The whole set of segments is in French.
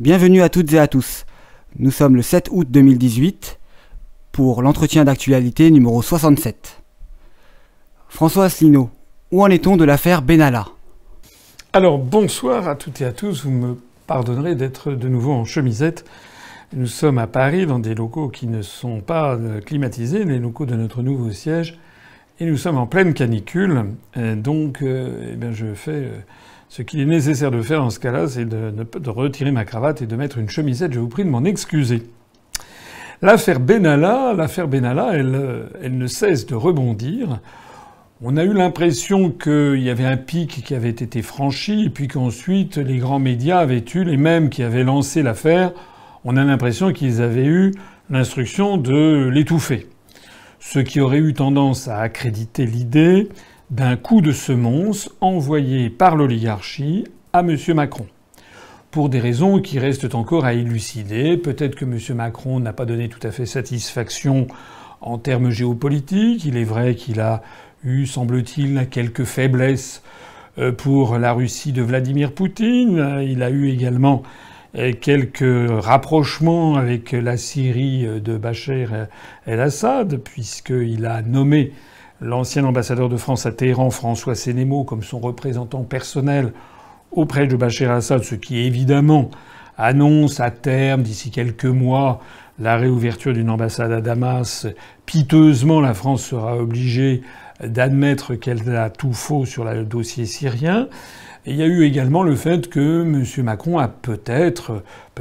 Bienvenue à toutes et à tous. Nous sommes le 7 août 2018 pour l'entretien d'actualité numéro 67. François Asselineau, où en est-on de l'affaire Benalla ? Alors bonsoir à toutes et à tous, vous me pardonnerez d'être de nouveau en chemisette. Nous sommes à Paris dans des locaux qui ne sont pas climatisés, les locaux de notre nouveau siège, et nous sommes en pleine canicule. Donc je fais ce qu'il est nécessaire de faire dans ce cas-là, c'est de retirer ma cravate et de mettre une chemisette. Je vous prie de m'en excuser. L'affaire Benalla, elle ne cesse de rebondir. On a eu l'impression qu'il y avait un pic qui avait été franchi et puis qu'ensuite les grands médias avaient eu, les mêmes qui avaient lancé l'affaire, on a l'impression qu'ils avaient eu l'instruction de l'étouffer. Ce qui aurait eu tendance à accréditer l'idée d'un coup de semonce envoyé par l'oligarchie à M. Macron. Pour des raisons qui restent encore à élucider. Peut-être que M. Macron n'a pas donné tout à fait satisfaction en termes géopolitiques. Il est vrai qu'il a eu, semble-t-il, quelques faiblesses pour la Russie de Vladimir Poutine. Il a eu également quelques rapprochements avec la Syrie de Bachar el-Assad, puisqu'il a nommé l'ancien ambassadeur de France à Téhéran, François Sénémaux, comme son représentant personnel auprès de Bachar el-Assad, ce qui évidemment annonce à terme, d'ici quelques mois, la réouverture d'une ambassade à Damas. Piteusement, la France sera obligée d'admettre qu'elle a tout faux sur le dossier syrien. Et il y a eu également le fait que M. Macron a peut-être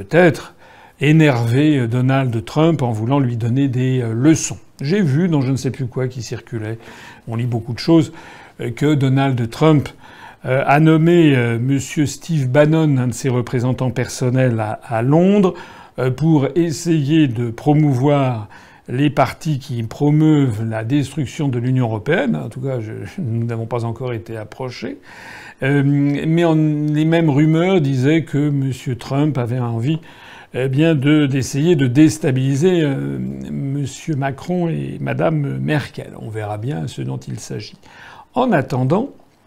énervé Donald Trump en voulant lui donner des leçons. J'ai vu dans je ne sais plus quoi qui circulait, on lit beaucoup de choses, que Donald Trump a nommé M. Steve Bannon, un de ses représentants personnels à Londres, pour essayer de promouvoir les partis qui promeuvent la destruction de l'Union européenne. En tout cas, nous n'avons pas encore été approchés. Mais les mêmes rumeurs disaient que M. Trump avait envie d'essayer de déstabiliser M. Macron et Mme Merkel. On verra bien ce dont il s'agit. En attendant,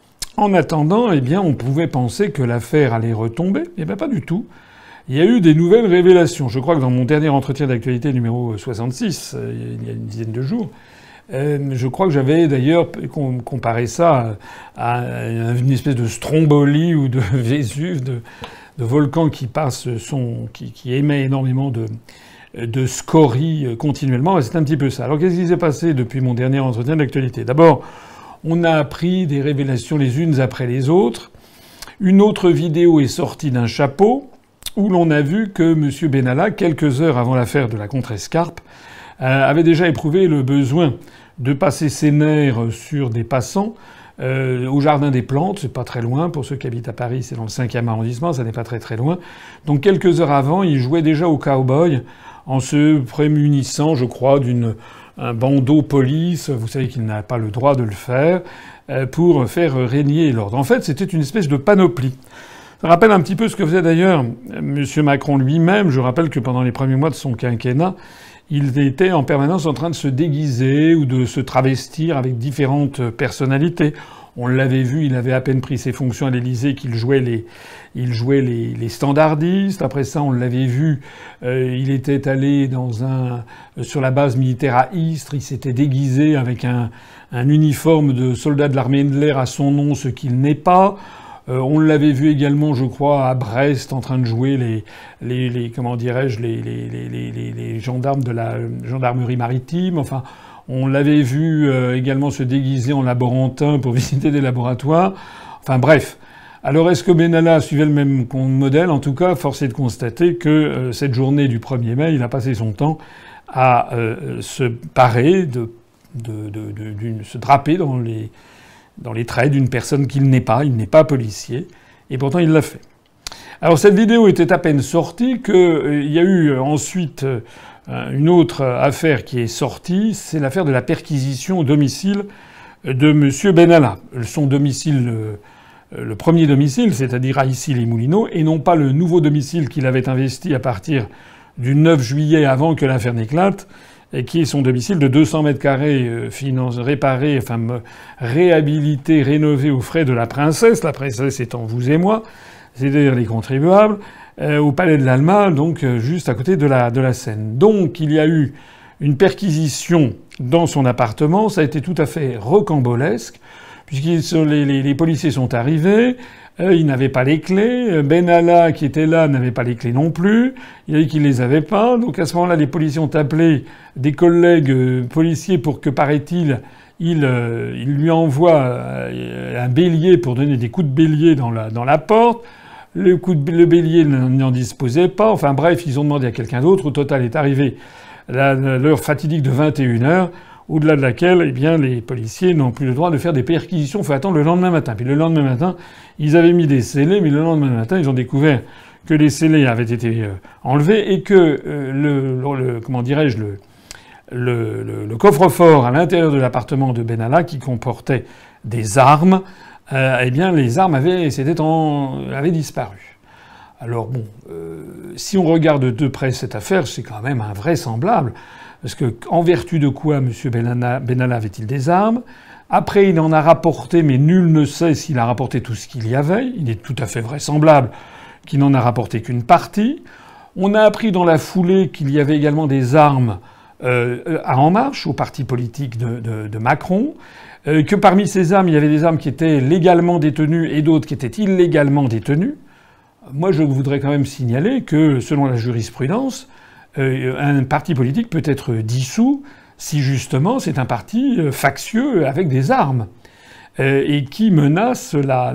on pouvait penser que l'affaire allait retomber. Eh bien, pas du tout. Il y a eu des nouvelles révélations. Je crois que dans mon dernier entretien d'actualité numéro 66, il y a une dizaine de jours, je crois que j'avais d'ailleurs comparé ça à une espèce de stromboli ou de Vésuve, de volcan qui émet énormément de scories continuellement. C'est un petit peu ça. Alors qu'est-ce qui s'est passé depuis mon dernier entretien d'actualité ? D'abord, on a appris des révélations les unes après les autres. Une autre vidéo est sortie d'un chapeau où l'on a vu que M. Benalla, quelques heures avant l'affaire de la contrescarpe, avait déjà éprouvé le besoin de passer ses nerfs sur des passants au Jardin des Plantes. C'est pas très loin. Pour ceux qui habitent à Paris, c'est dans le 5e arrondissement, ça n'est pas très très loin. Donc quelques heures avant, il jouait déjà au cow-boy en se prémunissant, je crois, d'un bandeau police. Vous savez qu'il n'a pas le droit de le faire pour faire régner l'ordre. En fait, c'était une espèce de panoplie. Ça rappelle un petit peu ce que faisait d'ailleurs M. Macron lui-même. Je rappelle que pendant les premiers mois de son quinquennat, il était en permanence en train de se déguiser ou de se travestir avec différentes personnalités. On l'avait vu, il avait à peine pris ses fonctions à l'Élysée qu'il jouait les standardistes. Après ça, on l'avait vu, il était allé sur la base militaire à Istres. Il s'était déguisé avec un uniforme de soldat de l'armée de l'air à son nom, ce qu'il n'est pas. On l'avait vu également, je crois, à Brest, en train de jouer les gendarmes de la gendarmerie maritime. Enfin, on l'avait vu également se déguiser en laborantin pour visiter des laboratoires. Enfin, bref. Alors, est-ce que Benalla suivait le même modèle ? En tout cas, force est de constater que cette journée du 1er mai, il a passé son temps à se parer, se draper dans les traits d'une personne qu'il n'est pas. Il n'est pas policier. Et pourtant, il l'a fait. Alors, cette vidéo était à peine sortie qu'il y a eu ensuite une autre affaire qui est sortie. C'est l'affaire de la perquisition au domicile de M. Benalla. Son domicile, le premier domicile, c'est-à-dire à Issy-les-Moulineaux, et non pas le nouveau domicile qu'il avait investi à partir du 9 juillet avant que l'affaire n'éclate, et qui est son domicile de 200 mètres carrés, réhabilité, rénové aux frais de la princesse étant vous et moi, c'est-à-dire les contribuables. au palais de l'Alma, donc juste à côté de la Seine. Donc il y a eu une perquisition dans son appartement. Ça a été tout à fait rocambolesque, puisque les policiers sont arrivés. Ils n'avaient pas les clés. Benalla, qui était là, n'avait pas les clés non plus. Il a dit qu'il les avait pas. Donc à ce moment-là, les policiers ont appelé des collègues policiers pour que, paraît-il, il lui envoie un bélier pour donner des coups de bélier dans la porte. Le bélier n'en disposait pas. Enfin bref, ils ont demandé à quelqu'un d'autre. Au total est arrivé l'heure fatidique de 21h. Au-delà de laquelle, eh bien, les policiers n'ont plus le droit de faire des perquisitions. Il faut attendre le lendemain matin. Puis le lendemain matin, ils avaient mis des scellés, mais le lendemain matin, ils ont découvert que les scellés avaient été enlevés et que le coffre-fort à l'intérieur de l'appartement de Benalla, qui comportait des armes, eh bien, les armes avaient disparu. Alors bon, si on regarde de près cette affaire, c'est quand même invraisemblable. Parce que, en vertu de quoi M. Benalla avait-il des armes? Après, il en a rapporté, mais nul ne sait s'il a rapporté tout ce qu'il y avait. Il est tout à fait vraisemblable qu'il n'en a rapporté qu'une partie. On a appris dans la foulée qu'il y avait également des armes à En Marche, au parti politique de Macron, que parmi ces armes, il y avait des armes qui étaient légalement détenues et d'autres qui étaient illégalement détenues. Moi, je voudrais quand même signaler que, selon la jurisprudence, un parti politique peut être dissous si justement c'est un parti factieux avec des armes et qui menace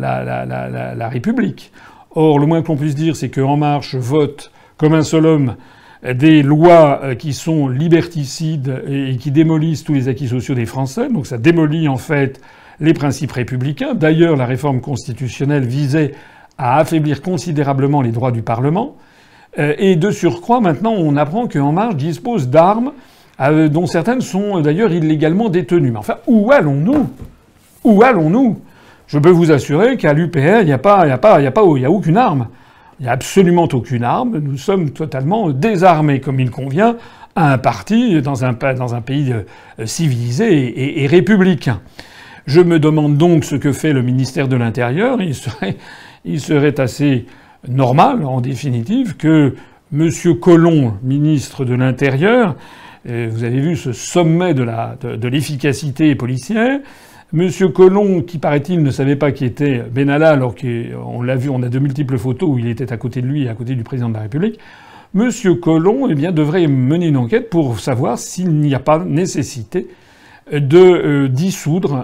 la République. Or, le moins qu'on puisse dire, c'est que En Marche vote comme un seul homme des lois qui sont liberticides et qui démolissent tous les acquis sociaux des Français. Donc ça démolit en fait les principes républicains. D'ailleurs, la réforme constitutionnelle visait à affaiblir considérablement les droits du Parlement. Et de surcroît, maintenant, on apprend qu'En Marche dispose d'armes dont certaines sont d'ailleurs illégalement détenues. Mais enfin, où allons-nous? Où allons-nous? Je peux vous assurer qu'à l'UPR, il n'y a aucune arme. Il n'y a absolument aucune arme. Nous sommes totalement désarmés, comme il convient à un parti dans un pays civilisé et républicain. Je me demande donc ce que fait le ministère de l'Intérieur. Il serait assez normal, en définitive, que M. Collomb, ministre de l'Intérieur, vous avez vu ce sommet de l'efficacité policière, M. Collomb, qui paraît-il ne savait pas qui était Benalla, alors qu'on l'a vu, on a de multiples photos où il était à côté de lui et à côté du président de la République, M. Collomb, eh bien, devrait mener une enquête pour savoir s'il n'y a pas nécessité de dissoudre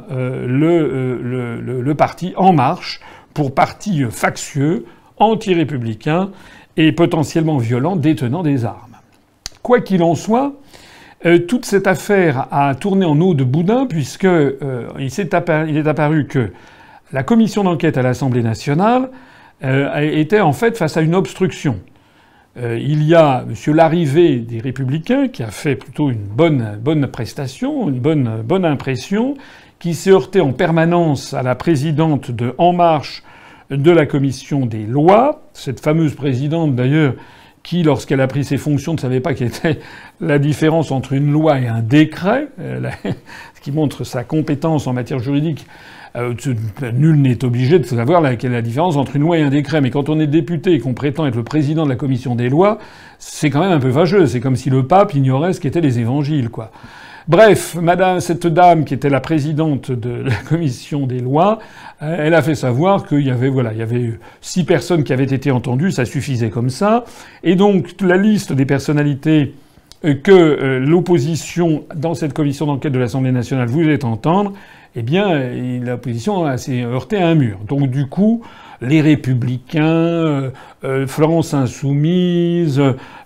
le parti En Marche pour parti factieux, anti-républicain et potentiellement violent, détenant des armes. Quoi qu'il en soit, toute cette affaire a tourné en eau de boudin, puisque il est apparu que la commission d'enquête à l'Assemblée nationale était en fait face à une obstruction. Il y a M. Larrivé des Républicains, qui a fait plutôt une bonne prestation, une bonne impression, qui s'est heurté en permanence à la présidente de En Marche de la commission des lois, cette fameuse présidente d'ailleurs, qui, lorsqu'elle a pris ses fonctions, ne savait pas quelle était la différence entre une loi et un décret, ce qui montre sa compétence en matière juridique. Nul n'est obligé de savoir quelle est la différence entre une loi et un décret. Mais quand on est député et qu'on prétend être le président de la commission des lois, c'est quand même un peu fâcheux. C'est comme si le pape ignorait ce qu'étaient les évangiles, quoi. Bref, cette dame qui était la présidente de la commission des lois, elle a fait savoir qu'il y avait 6 personnes qui avaient été entendues, ça suffisait comme ça. Et donc, la liste des personnalités que l'opposition, dans cette commission d'enquête de l'Assemblée nationale, voulait entendre, eh bien, l'opposition s'est heurtée à un mur. Donc, du coup, les Républicains, France Insoumise,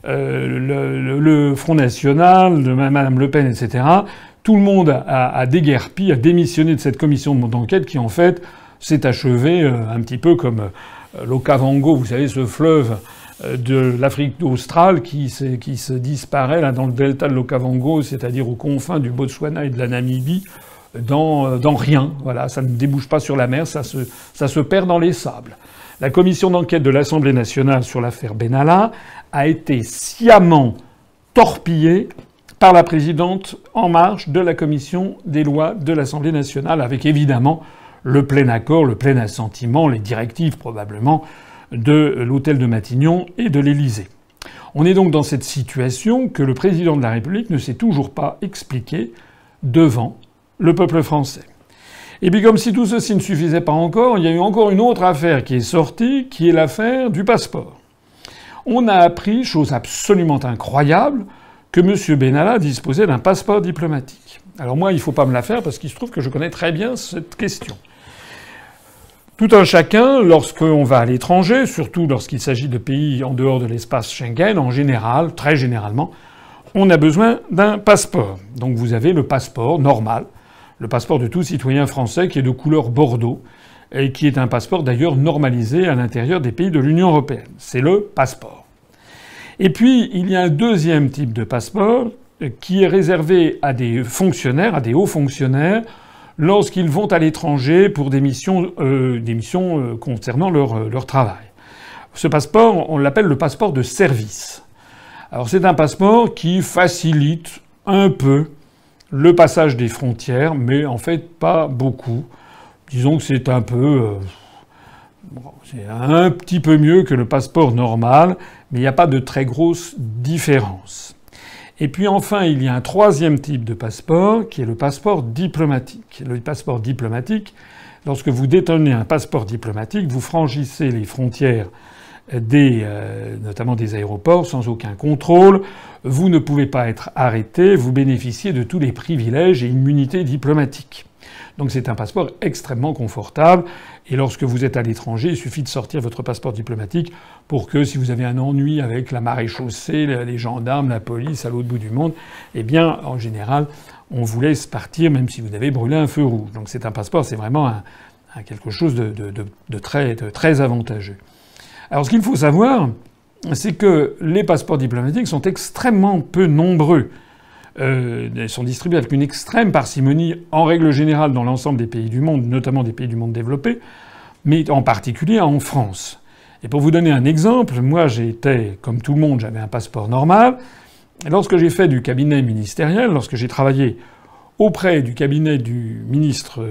le Front National, de Madame Le Pen, etc. Tout le monde a déguerpi, a démissionné de cette commission d'enquête qui, en fait, s'est achevée un petit peu comme l'Okavango, vous savez, ce fleuve de l'Afrique australe qui se disparaît là dans le delta de l'Okavango, c'est-à-dire aux confins du Botswana et de la Namibie, dans rien. Voilà, ça ne débouche pas sur la mer, ça se perd dans les sables. La commission d'enquête de l'Assemblée nationale sur l'affaire Benalla a été sciemment torpillée par la présidente En Marche de la commission des lois de l'Assemblée nationale, avec évidemment le plein accord, le plein assentiment, les directives probablement de l'hôtel de Matignon et de l'Élysée. On est donc dans cette situation que le président de la République ne s'est toujours pas expliqué devant le peuple français. Et puis comme si tout ceci ne suffisait pas encore, il y a eu encore une autre affaire qui est sortie, qui est l'affaire du passeport. On a appris, chose absolument incroyable, que M. Benalla disposait d'un passeport diplomatique. Alors moi, il ne faut pas me la faire parce qu'il se trouve que je connais très bien cette question. Tout un chacun, lorsqu'on va à l'étranger, surtout lorsqu'il s'agit de pays en dehors de l'espace Schengen, en général, très généralement, on a besoin d'un passeport. Donc vous avez le passeport normal, le passeport de tout citoyen français qui est de couleur bordeaux et qui est un passeport d'ailleurs normalisé à l'intérieur des pays de l'Union européenne. C'est le passeport. Et puis il y a un deuxième type de passeport qui est réservé à des fonctionnaires, à des hauts fonctionnaires, lorsqu'ils vont à l'étranger pour des missions concernant leur travail. Ce passeport, on l'appelle le passeport de service. Alors c'est un passeport qui facilite un peu le passage des frontières, mais en fait pas beaucoup. Disons que c'est un petit peu mieux que le passeport normal, mais il n'y a pas de très grosse différence. Et puis enfin, il y a un troisième type de passeport qui est le passeport diplomatique. Le passeport diplomatique, lorsque vous détenez un passeport diplomatique, vous franchissez les frontières notamment des aéroports sans aucun contrôle. Vous ne pouvez pas être arrêté, vous bénéficiez de tous les privilèges et immunités diplomatiques. Donc c'est un passeport extrêmement confortable. Et lorsque vous êtes à l'étranger, il suffit de sortir votre passeport diplomatique pour que, si vous avez un ennui avec la maréchaussée, les gendarmes, la police à l'autre bout du monde, eh bien, en général, on vous laisse partir même si vous avez brûlé un feu rouge. Donc c'est un passeport, c'est vraiment quelque chose de très avantageux. Alors ce qu'il faut savoir, c'est que les passeports diplomatiques sont extrêmement peu nombreux. Ils sont distribués avec une extrême parcimonie, en règle générale, dans l'ensemble des pays du monde, notamment des pays du monde développé, mais en particulier en France. Et pour vous donner un exemple, moi j'étais, comme tout le monde, j'avais un passeport normal. Et lorsque j'ai fait du cabinet ministériel, lorsque j'ai travaillé auprès du cabinet du ministre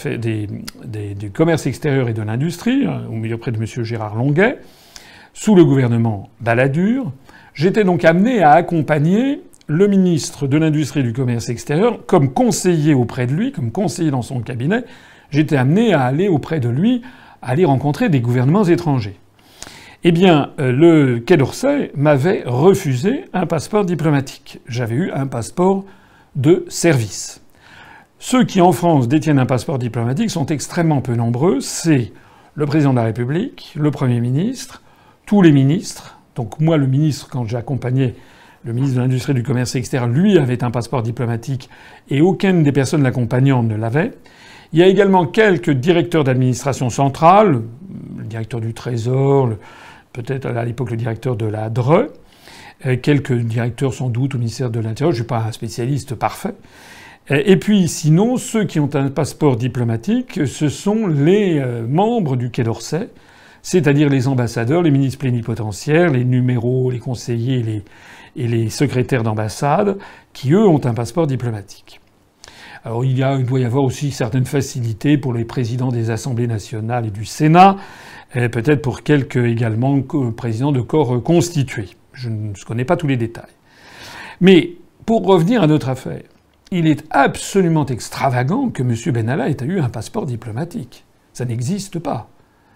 du Commerce extérieur et de l'Industrie, auprès de M. Gérard Longuet, sous le gouvernement Balladur, j'étais donc amené à accompagner le ministre de l'Industrie et du Commerce extérieur comme conseiller auprès de lui, comme conseiller dans son cabinet. J'étais amené à aller auprès de lui, à aller rencontrer des gouvernements étrangers. Eh bien, le Quai d'Orsay m'avait refusé un passeport diplomatique. J'avais eu un passeport de service. Ceux qui, en France, détiennent un passeport diplomatique sont extrêmement peu nombreux. C'est le président de la République, le Premier ministre, tous les ministres. Donc moi, le ministre, quand j'accompagnais le ministre de l'Industrie et du Commerce extérieur, lui avait un passeport diplomatique et aucune des personnes l'accompagnant ne l'avait. Il y a également quelques directeurs d'administration centrale, le directeur du Trésor, peut-être à l'époque le directeur de la DRE, quelques directeurs sans doute au ministère de l'Intérieur, je ne suis pas un spécialiste parfait. Et puis sinon, ceux qui ont un passeport diplomatique, ce sont les membres du Quai d'Orsay, c'est-à-dire les ambassadeurs, les ministres plénipotentiaires, les numéros, les conseillers et les secrétaires d'ambassade, qui eux ont un passeport diplomatique. Alors il doit y avoir aussi certaines facilités pour les présidents des assemblées nationales et du Sénat, et peut-être pour quelques également présidents de corps constitués. Je ne connais pas tous les détails. Mais pour revenir à notre affaire, il est absolument extravagant que M. Benalla ait eu un passeport diplomatique. Ça n'existe pas.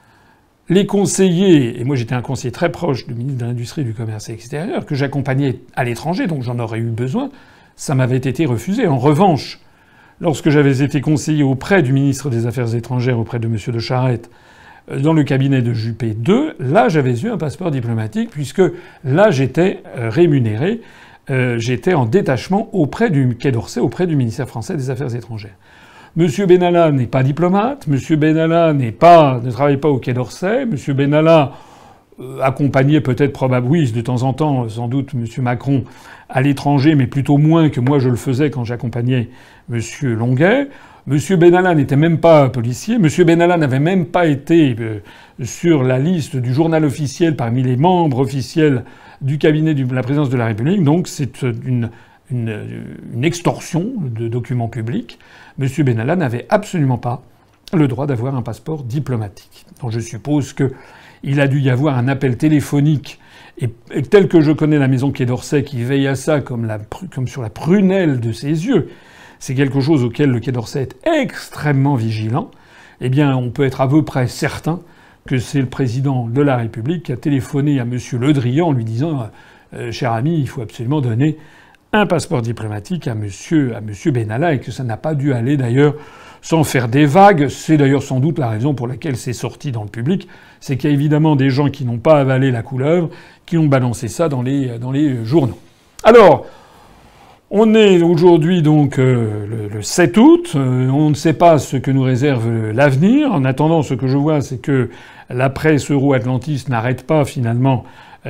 Les conseillers, et moi j'étais un conseiller très proche du ministre de l'Industrie et du Commerce extérieur, que j'accompagnais à l'étranger, donc j'en aurais eu besoin, ça m'avait été refusé. En revanche, lorsque j'avais été conseiller auprès du ministre des Affaires étrangères, auprès de M. de Charette, dans le cabinet de Juppé II, là j'avais eu un passeport diplomatique, puisque là j'étais rémunéré, j'étais en détachement auprès du Quai d'Orsay, auprès du ministère français des Affaires étrangères. M. Benalla n'est pas diplomate, M. Benalla ne travaille pas au Quai d'Orsay, M. Benalla accompagnait peut-être probablement, oui, de temps en temps, sans doute, M. Macron à l'étranger, mais plutôt moins que moi je le faisais quand j'accompagnais M. Longuet. M. Benalla n'était même pas policier. M. Benalla n'avait même pas été sur la liste du journal officiel parmi les membres officiels du cabinet de la présidence de la République. Donc c'est une extorsion de documents publics. M. Benalla n'avait absolument pas le droit d'avoir un passeport diplomatique. Donc je suppose qu'il a dû y avoir un appel téléphonique, et tel que je connais la maison Quai d'Orsay qui veille à ça comme sur la prunelle de ses yeux, c'est quelque chose auquel le Quai d'Orsay est extrêmement vigilant, eh bien on peut être à peu près certain que c'est le président de la République qui a téléphoné à M. Le Drian en lui disant cher ami, il faut absolument donner un passeport diplomatique à monsieur Benalla, et que ça n'a pas dû aller d'ailleurs sans faire des vagues. C'est d'ailleurs sans doute la raison pour laquelle c'est sorti dans le public. C'est qu'il y a évidemment des gens qui n'ont pas avalé la couleuvre, qui ont balancé ça dans les journaux. Alors, on est aujourd'hui donc le 7 août. On ne sait pas ce que nous réserve l'avenir. En attendant, ce que je vois, c'est que la presse euro-atlantiste n'arrête pas finalement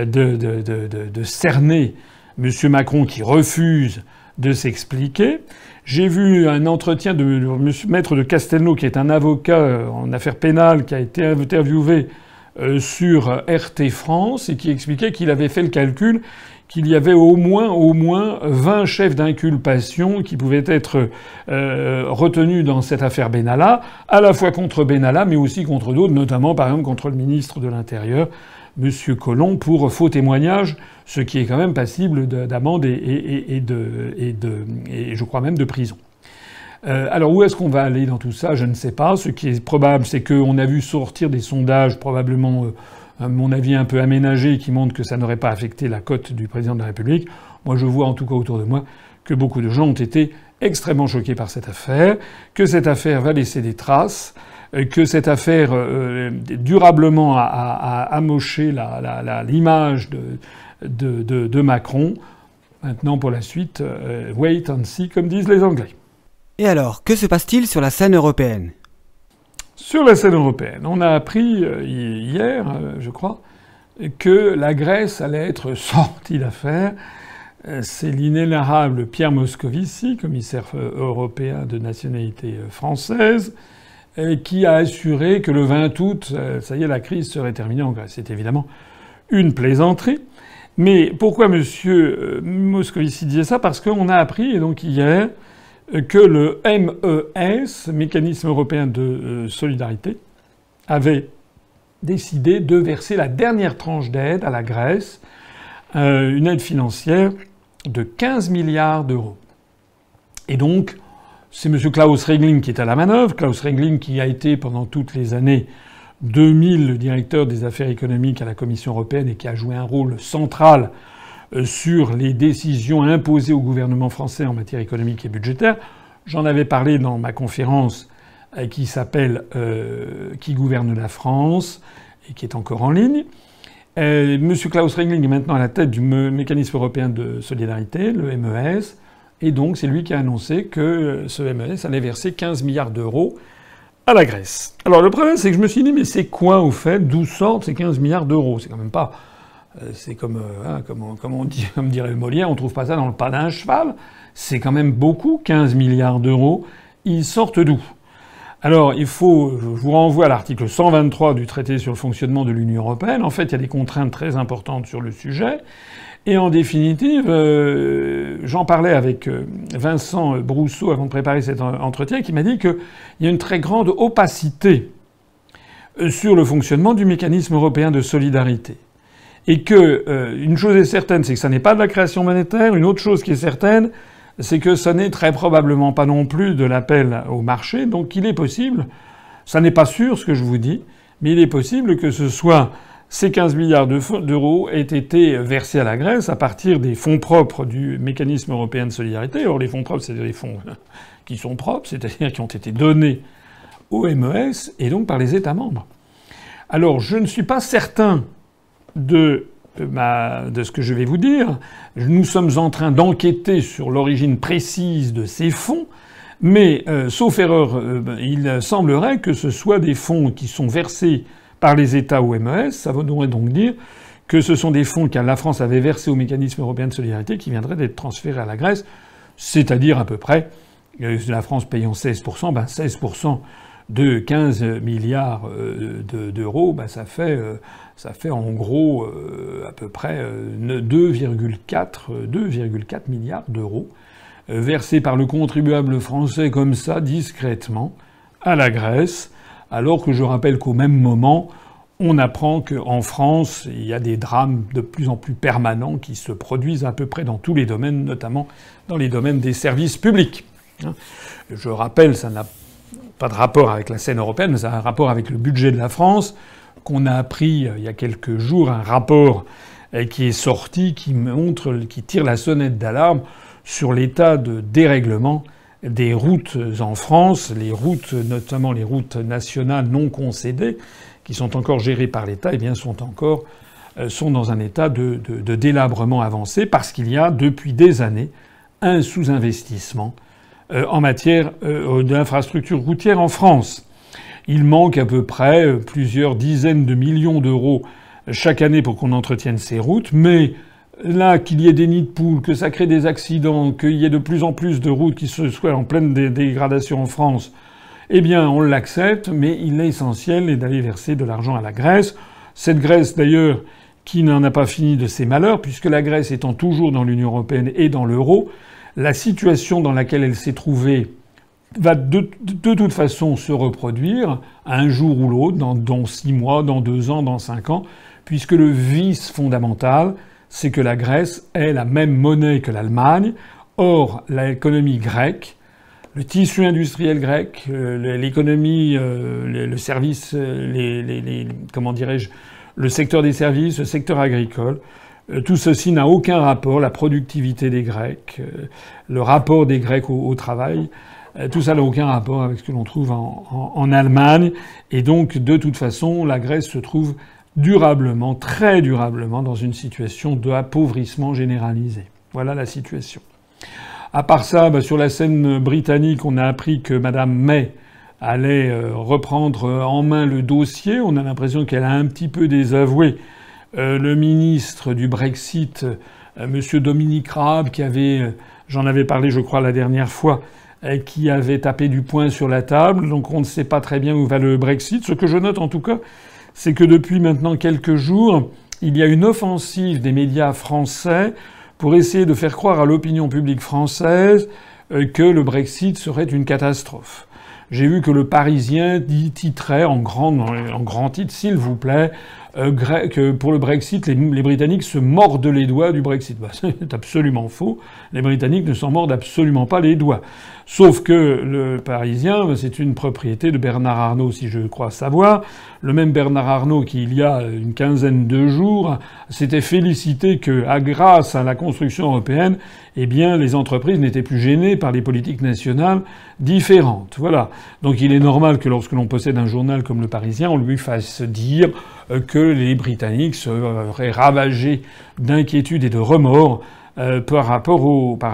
de cerner M. Macron qui refuse de s'expliquer. J'ai vu un entretien de Maître de Castelnau, qui est un avocat en affaires pénales, qui a été interviewé sur RT France et qui expliquait qu'il avait fait le calcul qu'il y avait au moins 20 chefs d'inculpation qui pouvaient être retenus dans cette affaire Benalla, à la fois contre Benalla, mais aussi contre d'autres, notamment par exemple contre le ministre de l'Intérieur, M. Collomb, pour faux témoignage, ce qui est quand même passible d'amende et je crois même de prison. Alors où est-ce qu'on va aller dans tout ça? Je ne sais pas. Ce qui est probable, c'est qu'on a vu sortir des sondages, probablement, à mon avis, un peu aménagés, qui montrent que ça n'aurait pas affecté la cote du président de la République. Moi, je vois en tout cas autour de moi que beaucoup de gens ont été extrêmement choqués par cette affaire, que cette affaire va laisser des traces, que cette affaire durablement a amoché l'image de Macron. Maintenant, pour la suite, wait and see, comme disent les Anglais. Et alors, que se passe-t-il sur la scène européenne? Sur la scène européenne, on a appris hier, je crois, que la Grèce allait être sortie d'affaire. C'est l'inénarrable Pierre Moscovici, commissaire européen de nationalité française, qui a assuré que le 20 août, ça y est, la crise serait terminée en Grèce. C'est évidemment une plaisanterie. Mais pourquoi M. Moscovici disait ça? Parce qu'on a appris, et donc hier, que le MES, Mécanisme européen de solidarité, avait décidé de verser la dernière tranche d'aide à la Grèce, une aide financière de 15 milliards d'euros. Et donc, c'est M. Klaus Regling qui est à la manœuvre. Klaus Regling qui a été pendant toutes les années 2000 le directeur des affaires économiques à la Commission européenne et qui a joué un rôle central sur les décisions imposées au gouvernement français en matière économique et budgétaire. J'en avais parlé dans ma conférence qui s'appelle Qui gouverne la France et qui est encore en ligne. Monsieur Klaus Regling est maintenant à la tête du mécanisme européen de solidarité, le MES, et donc c'est lui qui a annoncé que ce MES allait verser 15 milliards d'euros à la Grèce. Alors le problème, c'est que je me suis dit, mais c'est quoi au fait? D'où sortent ces 15 milliards d'euros? C'est quand même pas... C'est comme dirait Molière, on trouve pas ça dans le pas d'un cheval. C'est quand même beaucoup, 15 milliards d'euros. Ils sortent d'où? Alors, je vous renvoie à l'article 123 du traité sur le fonctionnement de l'Union européenne. En fait, il y a des contraintes très importantes sur le sujet. Et en définitive, j'en parlais avec Vincent Brousseau avant de préparer cet entretien, qui m'a dit qu'il y a une très grande opacité sur le fonctionnement du mécanisme européen de solidarité. Et que une chose est certaine, c'est que ça n'est pas de la création monétaire. Une autre chose qui est certaine, c'est que ça n'est très probablement pas non plus de l'appel au marché. Donc il est possible, ça n'est pas sûr ce que je vous dis, mais il est possible que ce soit ces 15 milliards d'euros aient été versés à la Grèce à partir des fonds propres du mécanisme européen de solidarité. Or les fonds propres, c'est des fonds qui sont propres, c'est-à-dire qui ont été donnés au MES et donc par les États membres. Alors je ne suis pas certain de ce que je vais vous dire. Nous sommes en train d'enquêter sur l'origine précise de ces fonds, mais sauf erreur, il semblerait que ce soit des fonds qui sont versés par les États au MES. Ça voudrait donc dire que ce sont des fonds que la France avait versés au mécanisme européen de solidarité qui viendraient d'être transférés à la Grèce, c'est-à-dire à peu près, la France payant 16%, 16% de 15 milliards d'euros, ça fait en gros à peu près 2,4 milliards d'euros versés par le contribuable français comme ça, discrètement, à la Grèce. alors que je rappelle qu'au même moment, on apprend qu'en France, il y a des drames de plus en plus permanents qui se produisent à peu près dans tous les domaines, notamment dans les domaines des services publics. Je rappelle, ça n'a pas de rapport avec la scène européenne, mais ça a un rapport avec le budget de la France, qu'on a appris il y a quelques jours, un rapport qui est sorti, qui tire la sonnette d'alarme sur l'état de dérèglement des routes en France, les routes, notamment les routes nationales non concédées, qui sont encore gérées par l'État, eh bien sont dans un état de délabrement avancé, parce qu'il y a depuis des années un sous-investissement en matière d'infrastructures routières en France. Il manque à peu près plusieurs dizaines de millions d'euros chaque année pour qu'on entretienne ces routes, mais là, qu'il y ait des nids de poules, que ça crée des accidents, qu'il y ait de plus en plus de routes qui soient en pleine dégradation en France, eh bien, on l'accepte, mais il est essentiel d'aller verser de l'argent à la Grèce. Cette Grèce, d'ailleurs, qui n'en a pas fini de ses malheurs, puisque la Grèce étant toujours dans l'Union européenne et dans l'euro, la situation dans laquelle elle s'est trouvée va de toute façon se reproduire un jour ou l'autre, dans 6 mois, dans 2 ans, dans 5 ans, puisque le vice fondamental, c'est que la Grèce ait la même monnaie que l'Allemagne. Or, l'économie grecque, le tissu industriel grec, l'économie, le service, comment dirais-je, le secteur des services, le secteur agricole, tout ceci n'a aucun rapport, la productivité des Grecs, le rapport des Grecs au travail, tout ça n'a aucun rapport avec ce que l'on trouve en Allemagne. Et donc, de toute façon, la Grèce se trouve durablement, très durablement, dans une situation d'appauvrissement généralisé. Voilà la situation. À part ça, sur la scène britannique, on a appris que Madame May allait reprendre en main le dossier. On a l'impression qu'elle a un petit peu désavoué le ministre du Brexit, Monsieur Dominic Raab, qui avait, j'en avais parlé je crois la dernière fois, qui avait tapé du poing sur la table. Donc on ne sait pas très bien où va le Brexit. Ce que je note en tout cas, c'est que depuis maintenant quelques jours, il y a une offensive des médias français pour essayer de faire croire à l'opinion publique française que le Brexit serait une catastrophe. J'ai vu que le Parisien titrait en grand titre, s'il vous plaît, que pour le Brexit, les Britanniques se mordent les doigts du Brexit. C'est absolument faux. Les Britanniques ne s'en mordent absolument pas les doigts. Sauf que le Parisien, c'est une propriété de Bernard Arnault, si je crois savoir. Le même Bernard Arnault qui, il y a une quinzaine de jours, s'était félicité que, grâce à la construction européenne, eh bien, les entreprises n'étaient plus gênées par les politiques nationales différentes. Voilà. Donc il est normal que lorsque l'on possède un journal comme le Parisien, on lui fasse dire que les Britanniques seraient ravagés d'inquiétude et de remords par rapport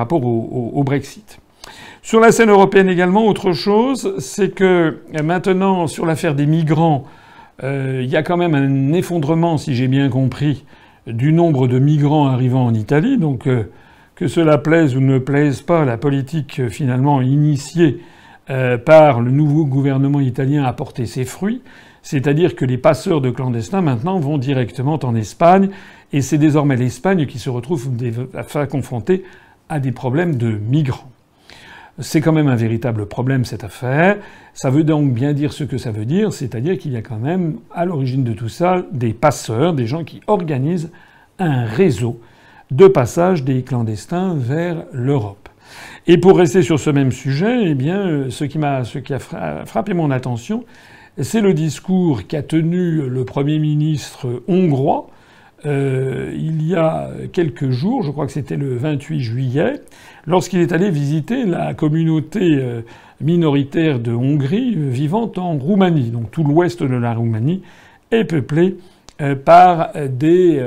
au Brexit. Sur la scène européenne également, autre chose, c'est que maintenant, sur l'affaire des migrants, il y a quand même un effondrement, si j'ai bien compris, du nombre de migrants arrivant en Italie. Donc, que cela plaise ou ne plaise pas, la politique finalement initiée par le nouveau gouvernement italien a porté ses fruits. C'est-à-dire que les passeurs de clandestins, maintenant, vont directement en Espagne. Et c'est désormais l'Espagne qui se retrouve confrontée à des problèmes de migrants. C'est quand même un véritable problème, cette affaire. Ça veut donc bien dire ce que ça veut dire, c'est-à-dire qu'il y a quand même, à l'origine de tout ça, des passeurs, des gens qui organisent un réseau de passage des clandestins vers l'Europe. Et pour rester sur ce même sujet, eh bien, ce qui a frappé mon attention, c'est le discours qu'a tenu le Premier ministre hongrois il y a quelques jours, je crois que c'était le 28 juillet, lorsqu'il est allé visiter la communauté minoritaire de Hongrie vivant en Roumanie. Donc tout l'ouest de la Roumanie est peuplé par des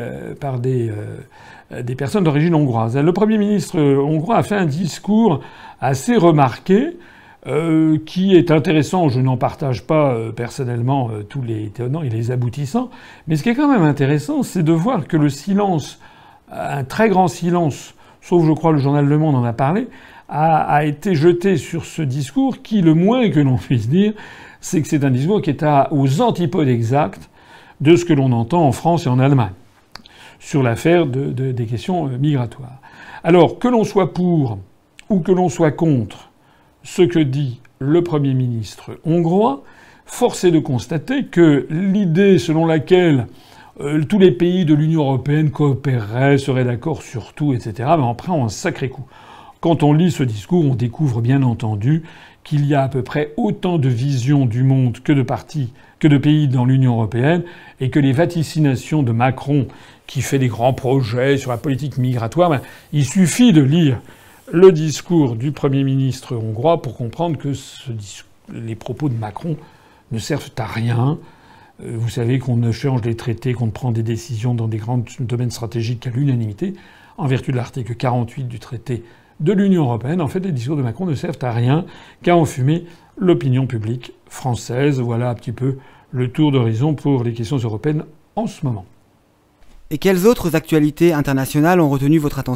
personnes d'origine hongroise. Le Premier ministre hongrois a fait un discours assez remarqué, qui est intéressant. Je n'en partage pas personnellement tous les tenants et les aboutissants, mais ce qui est quand même intéressant, c'est de voir que le silence, un très grand silence, sauf je crois le journal Le Monde en a parlé, a été jeté sur ce discours qui, le moins que l'on puisse dire, c'est que c'est un discours qui est aux antipodes exacts de ce que l'on entend en France et en Allemagne sur l'affaire des questions migratoires. Alors, que l'on soit pour ou que l'on soit contre ce que dit le Premier ministre hongrois, force est de constater que l'idée selon laquelle tous les pays de l'Union européenne coopéreraient, seraient d'accord sur tout, etc., ben on prend un sacré coup. Quand on lit ce discours, on découvre bien entendu qu'il y a à peu près autant de visions du monde que de pays dans l'Union européenne, et que les vaticinations de Macron, qui fait des grands projets sur la politique migratoire, ben, il suffit de lire le discours du Premier ministre hongrois pour comprendre que les propos de Macron ne servent à rien. Vous savez qu'on ne change les traités, qu'on ne prend des décisions dans des grands domaines stratégiques qu'à l'unanimité, en vertu de l'article 48 du traité de l'Union européenne. En fait, les discours de Macron ne servent à rien qu'à enfumer l'opinion publique française. Voilà un petit peu le tour d'horizon pour les questions européennes en ce moment. Et quelles autres actualités internationales ont retenu votre attention ?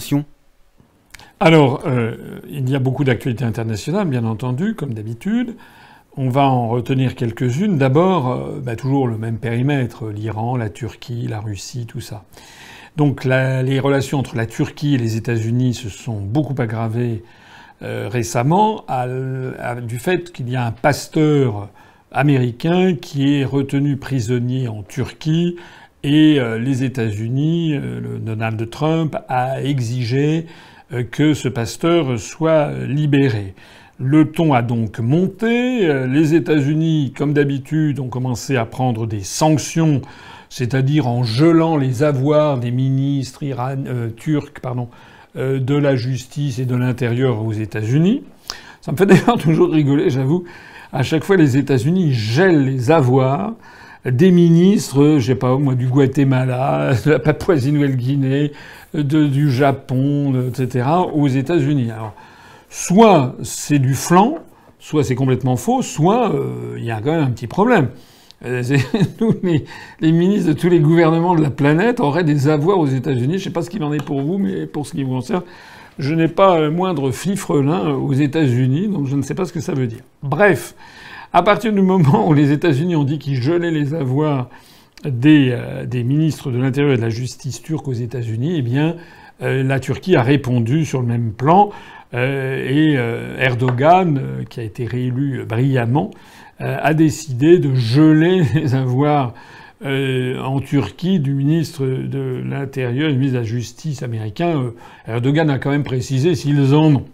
Alors, il y a beaucoup d'actualités internationales, bien entendu, comme d'habitude. On va en retenir quelques-unes. D'abord, toujours le même périmètre, l'Iran, la Turquie, la Russie, tout ça. Donc les relations entre la Turquie et les États-Unis se sont beaucoup aggravées récemment du fait qu'il y a un pasteur américain qui est retenu prisonnier en Turquie et les États-Unis, Donald Trump, a exigé que ce pasteur soit libéré. Le ton a donc monté. Les États-Unis, comme d'habitude, ont commencé à prendre des sanctions, c'est-à-dire en gelant les avoirs des ministres turcs de la justice et de l'intérieur aux États-Unis. Ça me fait d'ailleurs toujours rigoler, j'avoue. À chaque fois, les États-Unis gèlent les avoirs des ministres, je sais pas moi, du Guatemala, de la Papouasie-Nouvelle-Guinée, du Japon, etc., aux États-Unis. Alors, soit c'est du flan, soit c'est complètement faux, soit il y a quand même un petit problème. Nous, les ministres de tous les gouvernements de la planète auraient des avoirs aux États-Unis. Je sais pas ce qu'il en est pour vous, mais pour ce qui vous concerne, je n'ai pas le moindre fifrelin aux États-Unis, donc je ne sais pas ce que ça veut dire. Bref, à partir du moment où les États-Unis ont dit qu'ils gelaient les avoirs des ministres de l'Intérieur et de la Justice turcs aux États-Unis, eh bien, la Turquie a répondu sur le même plan. Et Erdogan, qui a été réélu brillamment, a décidé de geler les avoirs en Turquie du ministre de l'Intérieur et du ministre de la Justice américain. Erdogan a quand même précisé s'ils en ont.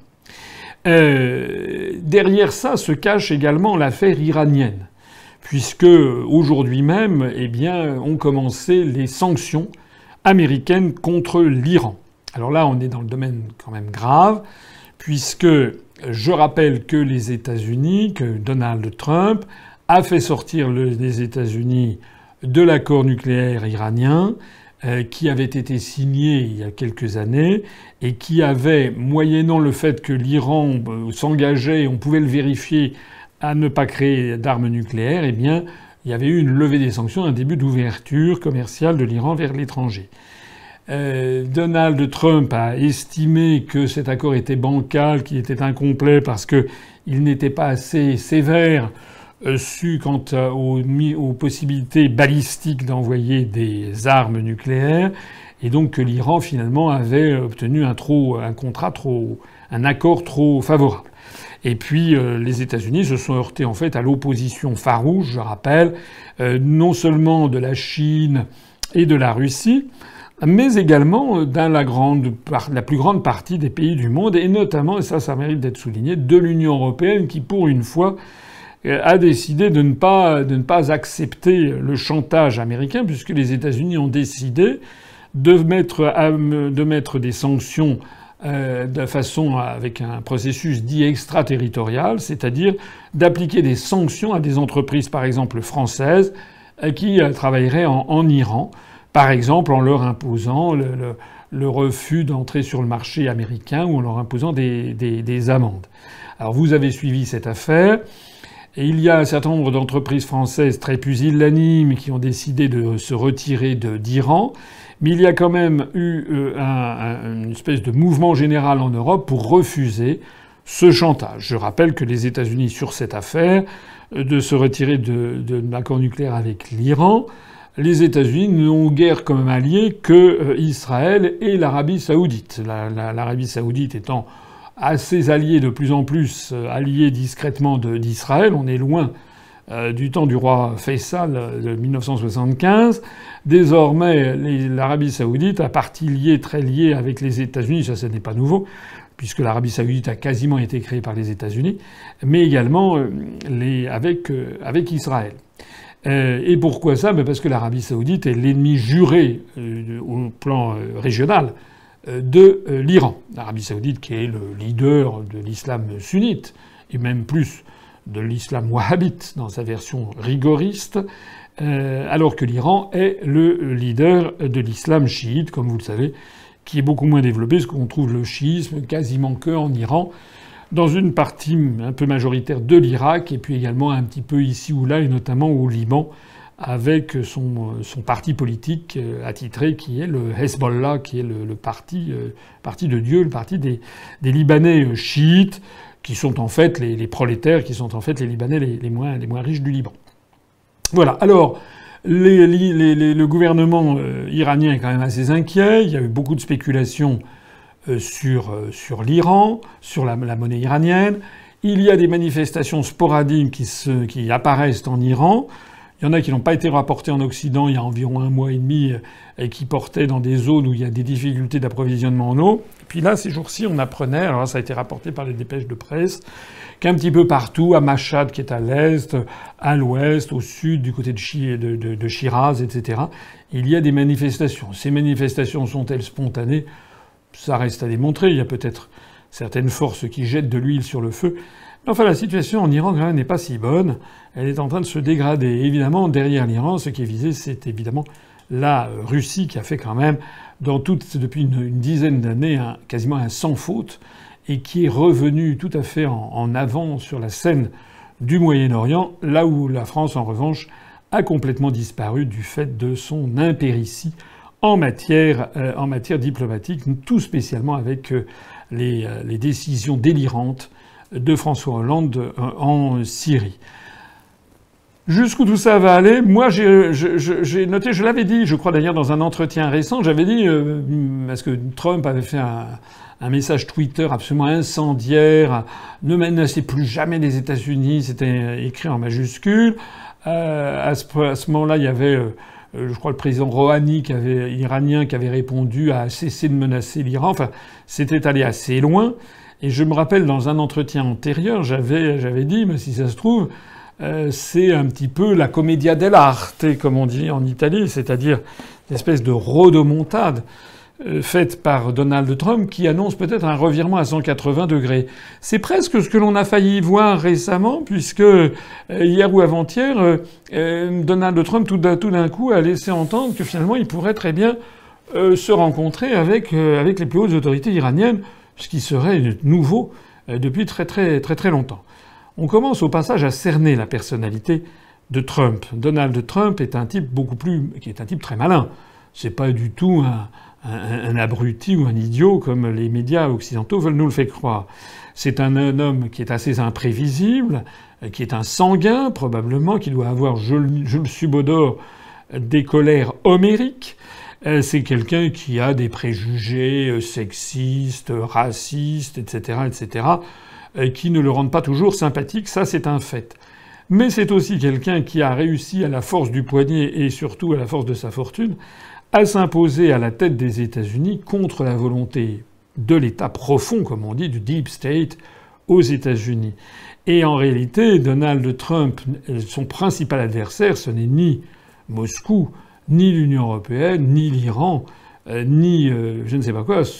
Derrière ça se cache également l'affaire iranienne, puisque aujourd'hui même, eh bien, ont commencé les sanctions américaines contre l'Iran. Alors là, on est dans le domaine quand même grave, puisque je rappelle que les États-Unis, que Donald Trump a fait sortir les États-Unis de l'accord nucléaire iranien, qui avait été signé il y a quelques années et qui avait, moyennant le fait que l'Iran s'engageait, on pouvait le vérifier, à ne pas créer d'armes nucléaires, eh bien, il y avait eu une levée des sanctions, un début d'ouverture commerciale de l'Iran vers l'étranger. Donald Trump a estimé que cet accord était bancal, qu'il était incomplet parce qu'il n'était pas assez sévère quant aux possibilités balistiques d'envoyer des armes nucléaires, et donc que l'Iran finalement avait obtenu un accord trop favorable. Et puis les États-Unis se sont heurtés en fait à l'opposition farouche, je rappelle, non seulement de la Chine et de la Russie, mais également la plus grande partie des pays du monde, et notamment, et ça mérite d'être souligné, de l'Union européenne, qui pour une fois a décidé de ne pas accepter le chantage américain, puisque les États-Unis ont décidé de mettre des sanctions de façon avec un processus dit extraterritorial, c'est-à-dire d'appliquer des sanctions à des entreprises, par exemple françaises, qui travailleraient en Iran, par exemple en leur imposant le refus d'entrer sur le marché américain ou en leur imposant des amendes. Alors vous avez suivi cette affaire. Et il y a un certain nombre d'entreprises françaises très pusillanimes qui ont décidé de se retirer d'Iran. Mais il y a quand même eu une espèce de mouvement général en Europe pour refuser ce chantage. Je rappelle que les États-Unis, sur cette affaire de se retirer de l'accord nucléaire avec l'Iran, les États-Unis n'ont guère comme alliés que Israël et l'Arabie saoudite. L'Arabie saoudite étant à ses alliés de plus en plus alliés discrètement d'Israël. On est loin du temps du roi Faisal de 1975. Désormais, l'Arabie saoudite a partie liée, très liée avec les États-Unis. Ça, ce n'est pas nouveau, puisque l'Arabie saoudite a quasiment été créée par les États-Unis, mais également avec Israël. Et pourquoi ça? Parce que l'Arabie saoudite est l'ennemi juré au plan régional de l'Iran. L'Arabie saoudite qui est le leader de l'islam sunnite, et même plus de l'islam wahhabite dans sa version rigoriste, alors que l'Iran est le leader de l'islam chiite, comme vous le savez, qui est beaucoup moins développé, parce qu'on trouve le chiisme quasiment que en Iran, dans une partie un peu majoritaire de l'Irak, et puis également un petit peu ici ou là, et notamment au Liban, avec son parti politique attitré, qui est le Hezbollah, qui est le parti de Dieu, le parti des Libanais chiites, qui sont en fait les prolétaires, qui sont en fait les Libanais les moins riches du Liban. Voilà. Alors, le gouvernement iranien est quand même assez inquiet. Il y a eu beaucoup de spéculations sur l'Iran, sur la monnaie iranienne. Il y a des manifestations sporadiques qui apparaissent en Iran. Il y en a qui n'ont pas été rapportées en Occident il y a environ 1 mois et demi et qui portaient dans des zones où il y a des difficultés d'approvisionnement en eau. Et puis là, ces jours-ci, on apprenait, alors là, ça a été rapporté par les dépêches de presse, qu'un petit peu partout, à Mashhad qui est à l'est, à l'ouest, au sud, du côté de Shiraz, etc., il y a des manifestations. Ces manifestations sont-elles spontanées? Ça reste à démontrer. Il y a peut-être certaines forces qui jettent de l'huile sur le feu. Mais enfin, la situation en Iran, quand même, n'est pas si bonne. Elle est en train de se dégrader. Et évidemment, derrière l'Iran, ce qui est visé, c'est évidemment la Russie qui a fait quand même, depuis une dizaine d'années, quasiment un sans faute, et qui est revenu tout à fait en avant sur la scène du Moyen-Orient, là où la France, en revanche, a complètement disparu du fait de son impéritie en matière diplomatique, tout spécialement avec les décisions délirantes de François Hollande en Syrie. Jusqu'où tout ça va aller? Moi, j'ai noté, je l'avais dit, je crois d'ailleurs dans un entretien récent, j'avais dit, parce que Trump avait fait un message Twitter absolument incendiaire, ne menacez plus jamais les États-Unis, c'était écrit en majuscule. À ce moment-là, il y avait, je crois, le président Rouhani, iranien, qui avait répondu à cesser de menacer l'Iran. Enfin, c'était allé assez loin. Et je me rappelle, dans un entretien antérieur, j'avais dit, mais si ça se trouve, c'est un petit peu la commedia dell'arte, comme on dit en Italie, c'est-à-dire une espèce de rodomontade faite par Donald Trump qui annonce peut-être un revirement à 180 degrés. C'est presque ce que l'on a failli voir récemment, puisque hier ou avant-hier, Donald Trump tout d'un coup a laissé entendre que finalement il pourrait très bien se rencontrer avec les plus hautes autorités iraniennes, ce qui serait nouveau depuis très très très très longtemps. On commence au passage à cerner la personnalité de Trump. Donald Trump est un type qui est un type très malin. C'est pas du tout un abruti ou un idiot comme les médias occidentaux veulent nous le faire croire. C'est un homme qui est assez imprévisible, qui est un sanguin probablement, qui doit avoir, je le subodore, des colères homériques. C'est quelqu'un qui a des préjugés sexistes, racistes, etc., etc., qui ne le rendent pas toujours sympathique. Ça, c'est un fait. Mais c'est aussi quelqu'un qui a réussi à la force du poignet et surtout à la force de sa fortune à s'imposer à la tête des États-Unis contre la volonté de l'État profond, comme on dit, du Deep State aux États-Unis. Et en réalité, Donald Trump, son principal adversaire, ce n'est ni Moscou, ni l'Union européenne, ni l'Iran, ni je ne sais pas quoi.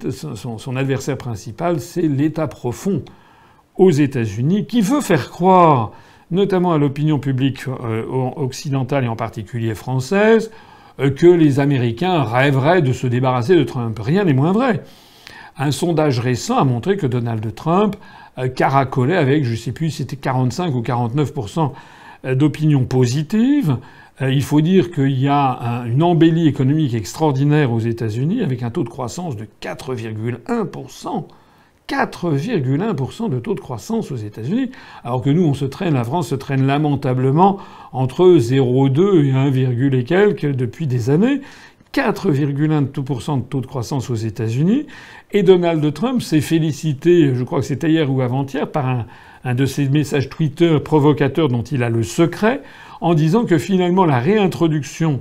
Son adversaire principal, c'est l'État profond aux États-Unis, qui veut faire croire, notamment à l'opinion publique occidentale et en particulier française, que les Américains rêveraient de se débarrasser de Trump. Rien n'est moins vrai. Un sondage récent a montré que Donald Trump caracolait avec, je ne sais plus si c'était 45 ou 49% d'opinion positive. Il faut dire qu'il y a une embellie économique extraordinaire aux États-Unis avec un taux de croissance de 4,1%. 4,1% de taux de croissance aux États-Unis, alors que nous, la France se traîne lamentablement entre 0,2 et 1, et quelques depuis des années. 4,1% de taux de croissance aux États-Unis. Et Donald Trump s'est félicité, je crois que c'était hier ou avant-hier, par un de ces messages Twitter provocateurs dont il a le secret, en disant que finalement la réintroduction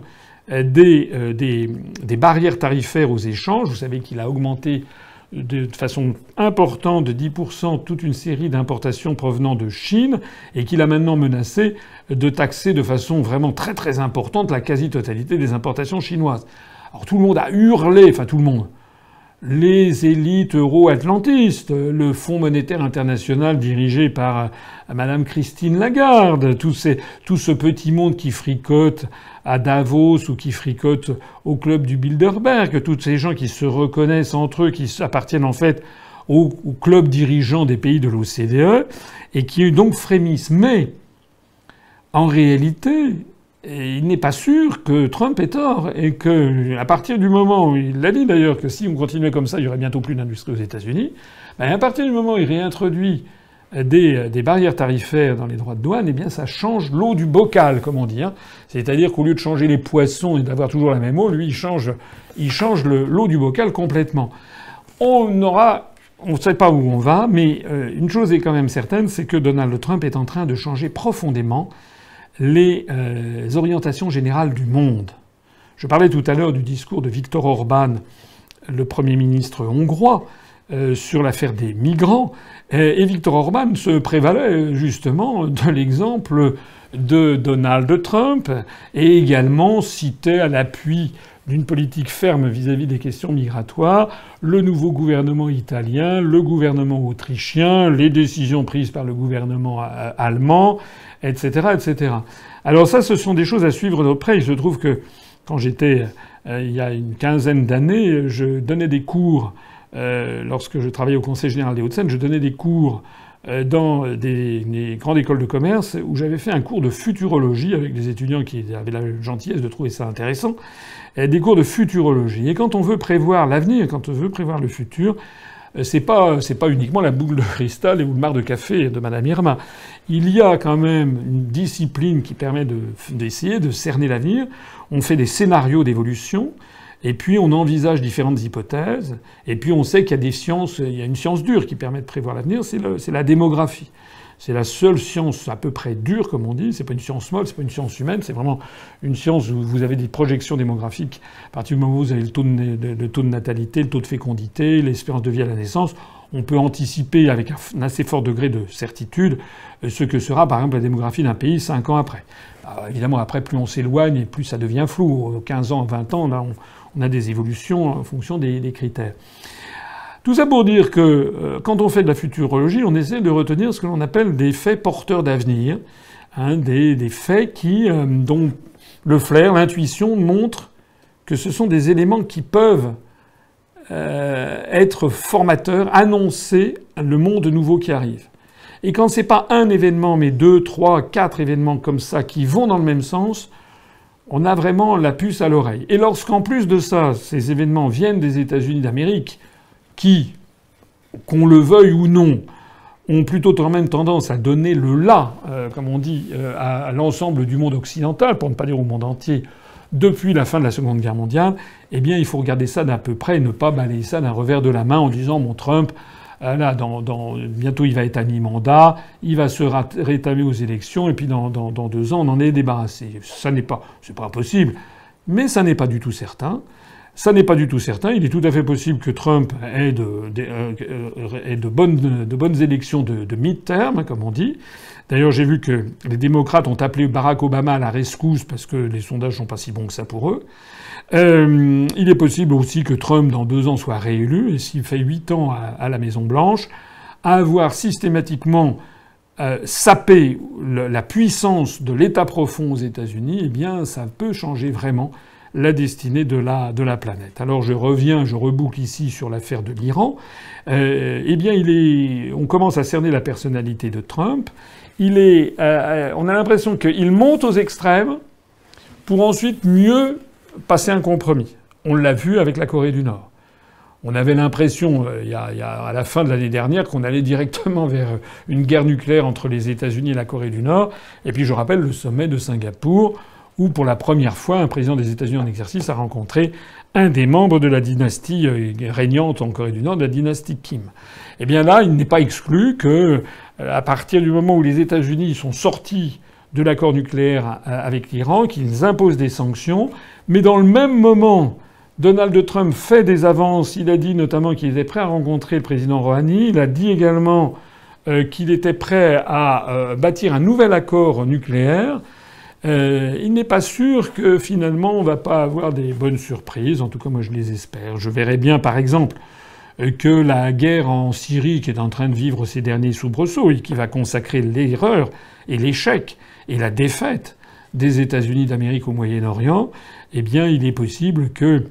des barrières tarifaires aux échanges, vous savez qu'il a augmenté de façon importante, de 10%, toute une série d'importations provenant de Chine, et qu'il a maintenant menacé de taxer de façon vraiment très très importante la quasi-totalité des importations chinoises. Alors tout le monde a hurlé, enfin tout le monde, les élites euro-atlantistes, le Fonds monétaire international dirigé par Madame Christine Lagarde, tout ce petit monde qui fricote à Davos ou qui fricote au club du Bilderberg, tous ces gens qui se reconnaissent entre eux, qui appartiennent en fait au club dirigeant des pays de l'OCDE et qui donc frémissent. Mais en réalité, il n'est pas sûr que Trump ait tort et que, à partir du moment où il l'a dit d'ailleurs que si on continuait comme ça, il y aurait bientôt plus d'industrie aux États-Unis. Ben à partir du moment où il réintroduit des barrières tarifaires dans les droits de douane, eh bien ça change l'eau du bocal, comme on dit. Hein. C'est-à-dire qu'au lieu de changer les poissons et d'avoir toujours la même eau, lui il change l'eau du bocal complètement. On ne sait pas où on va, mais une chose est quand même certaine, c'est que Donald Trump est en train de changer profondément les orientations générales du monde. Je parlais tout à l'heure du discours de Viktor Orban, le Premier ministre hongrois, sur l'affaire des migrants. Et Viktor Orban se prévalait justement de l'exemple de Donald Trump et également citait à l'appui d'une politique ferme vis-à-vis des questions migratoires le nouveau gouvernement italien, le gouvernement autrichien, les décisions prises par le gouvernement allemand, etc., etc. Alors ça, ce sont des choses à suivre de près. Il se trouve que quand j'étais, il y a une quinzaine d'années, je donnais des cours, lorsque je travaillais au Conseil général des Hauts-de-Seine, je donnais des cours dans des grandes écoles de commerce où j'avais fait un cours de futurologie avec des étudiants qui avaient la gentillesse de trouver ça intéressant, des cours de futurologie. Et quand on veut prévoir l'avenir, quand on veut prévoir le futur, c'est pas uniquement la boule de cristal ou le mar de café de Madame Irma. Il y a quand même une discipline qui permet d'essayer de cerner l'avenir. On fait des scénarios d'évolution. Et puis on envisage différentes hypothèses. Et puis on sait qu'il y a des sciences, il y a une science dure qui permet de prévoir l'avenir, c'est la démographie. C'est la seule science à peu près dure, comme on dit. C'est pas une science molle, c'est pas une science humaine, c'est vraiment une science où vous avez des projections démographiques. À partir du moment où vous avez le taux de natalité, le taux de fécondité, l'espérance de vie à la naissance, on peut anticiper avec un assez fort degré de certitude ce que sera par exemple la démographie d'un pays 5 ans après. Alors, évidemment, après, plus on s'éloigne et plus ça devient flou. 15 ans, 20 ans, là, on a des évolutions en fonction des critères. Tout ça pour dire que quand on fait de la futurologie, on essaie de retenir ce que l'on appelle des faits porteurs d'avenir, hein, des faits dont le flair, l'intuition montrent que ce sont des éléments qui peuvent être formateurs, annoncer le monde nouveau qui arrive. Et quand c'est pas un événement, mais 2, 3, 4 événements comme ça qui vont dans le même sens, on a vraiment la puce à l'oreille. Et lorsqu'en plus de ça, ces événements viennent des États-Unis d'Amérique, qui, qu'on le veuille ou non, ont plutôt quand même tendance à donner le là, comme on dit, à l'ensemble du monde occidental, pour ne pas dire au monde entier, depuis la fin de la Seconde Guerre mondiale, eh bien il faut regarder ça d'un peu près et ne pas balayer ça d'un revers de la main en disant « mon Trump, là, bientôt il va être à mi-mandat, il va se rétamer aux élections, et puis dans 2 ans on en est débarrassé ». C'est pas impossible, mais ça n'est pas du tout certain. Ça n'est pas du tout certain. Il est tout à fait possible que Trump ait de bonnes élections de mid-term, comme on dit. D'ailleurs, j'ai vu que les démocrates ont appelé Barack Obama à la rescousse parce que les sondages sont pas si bons que ça pour eux. Il est possible aussi que Trump, dans 2 ans, soit réélu. Et s'il fait 8 ans à la Maison-Blanche, à avoir systématiquement sapé la puissance de l'État profond aux États-Unis, eh bien, ça peut changer vraiment la destinée de la planète. Alors je reboucle ici sur l'affaire de l'Iran. Eh bien, on commence à cerner la personnalité de Trump. On a l'impression qu'il monte aux extrêmes pour ensuite mieux passer un compromis. On l'a vu avec la Corée du Nord. On avait l'impression, à la fin de l'année dernière, qu'on allait directement vers une guerre nucléaire entre les États-Unis et la Corée du Nord. Et puis je rappelle le sommet de Singapour, où pour la première fois un président des États-Unis en exercice a rencontré un des membres de la dynastie régnante en Corée du Nord, de la dynastie Kim. Eh bien là, il n'est pas exclu que, à partir du moment où les États-Unis sont sortis de l'accord nucléaire avec l'Iran, qu'ils imposent des sanctions, mais dans le même moment, Donald Trump fait des avances. Il a dit notamment qu'il était prêt à rencontrer le président Rouhani. Il a dit également qu'il était prêt à bâtir un nouvel accord nucléaire. Il n'est pas sûr que finalement on va pas avoir des bonnes surprises. En tout cas, moi je les espère. Je verrais bien, par exemple, que la guerre en Syrie, qui est en train de vivre ses derniers soubresauts et qui va consacrer l'erreur et l'échec et la défaite des États-Unis d'Amérique au Moyen-Orient, eh bien, il est possible que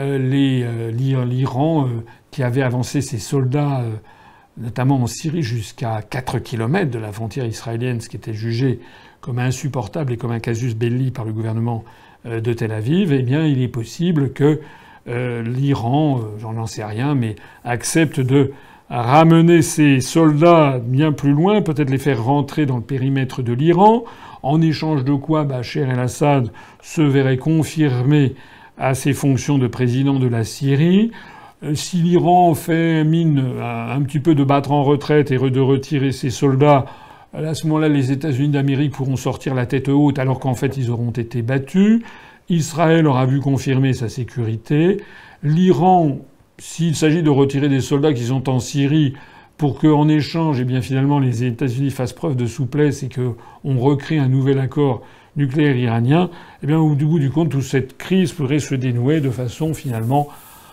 l'Iran, qui avait avancé ses soldats, notamment en Syrie, jusqu'à 4 kilomètres de la frontière israélienne, ce qui était jugé comme insupportable et comme un casus belli par le gouvernement de Tel Aviv, eh bien, il est possible que l'Iran, j'en sais rien, mais accepte de ramener ses soldats bien plus loin, peut-être les faire rentrer dans le périmètre de l'Iran, en échange de quoi Bachar el-Assad se verrait confirmer à ses fonctions de président de la Syrie. Si l'Iran fait mine un petit peu de battre en retraite et de retirer ses soldats, à ce moment-là, les États-Unis d'Amérique pourront sortir la tête haute alors qu'en fait, ils auront été battus. Israël aura vu confirmer sa sécurité. L'Iran, s'il s'agit de retirer des soldats qui sont en Syrie pour qu'en échange, eh bien, finalement, les États-Unis fassent preuve de souplesse et qu'on recrée un nouvel accord nucléaire iranien, eh bien, au bout du compte, toute cette crise pourrait se dénouer de façon finalement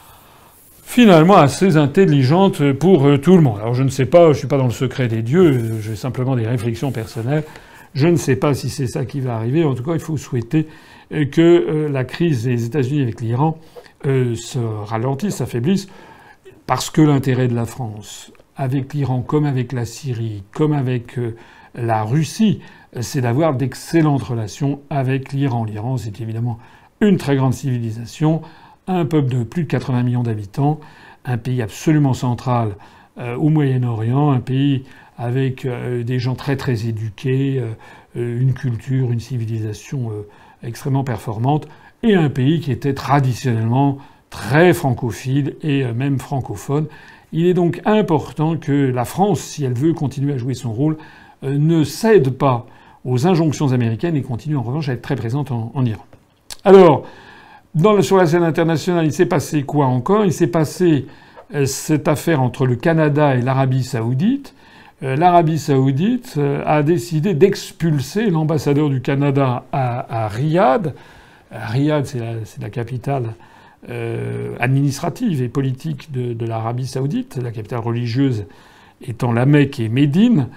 assez intelligente pour tout le monde. Alors je ne sais pas, je suis pas dans le secret des dieux, j'ai simplement des réflexions personnelles. Je ne sais pas si c'est ça qui va arriver. En tout cas, il faut souhaiter que la crise des États-Unis avec l'Iran se ralentisse, s'affaiblisse, parce que l'intérêt de la France, avec l'Iran comme avec la Syrie, comme avec la Russie, c'est d'avoir d'excellentes relations avec l'Iran. L'Iran, c'est évidemment une très grande civilisation, un peuple de plus de 80 millions d'habitants, un pays absolument central au Moyen-Orient, un pays avec des gens très très éduqués, une culture, une civilisation extrêmement performante, et un pays qui était traditionnellement très francophile et même francophone. Il est donc important que la France, si elle veut continuer à jouer son rôle, ne cède pas aux injonctions américaines et continue en revanche à être très présente en Iran. Alors, sur la scène internationale, il s'est passé quoi encore ? Il s'est passé cette affaire entre le Canada et l'Arabie saoudite. L'Arabie saoudite a décidé d'expulser l'ambassadeur du Canada à Riyad. Riyad, c'est la capitale administrative et politique de l'Arabie saoudite, la capitale religieuse étant la Mecque et Médine.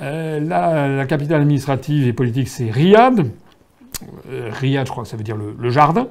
La capitale administrative et politique, c'est Riyad. Riyad, je crois que ça veut dire le jardin.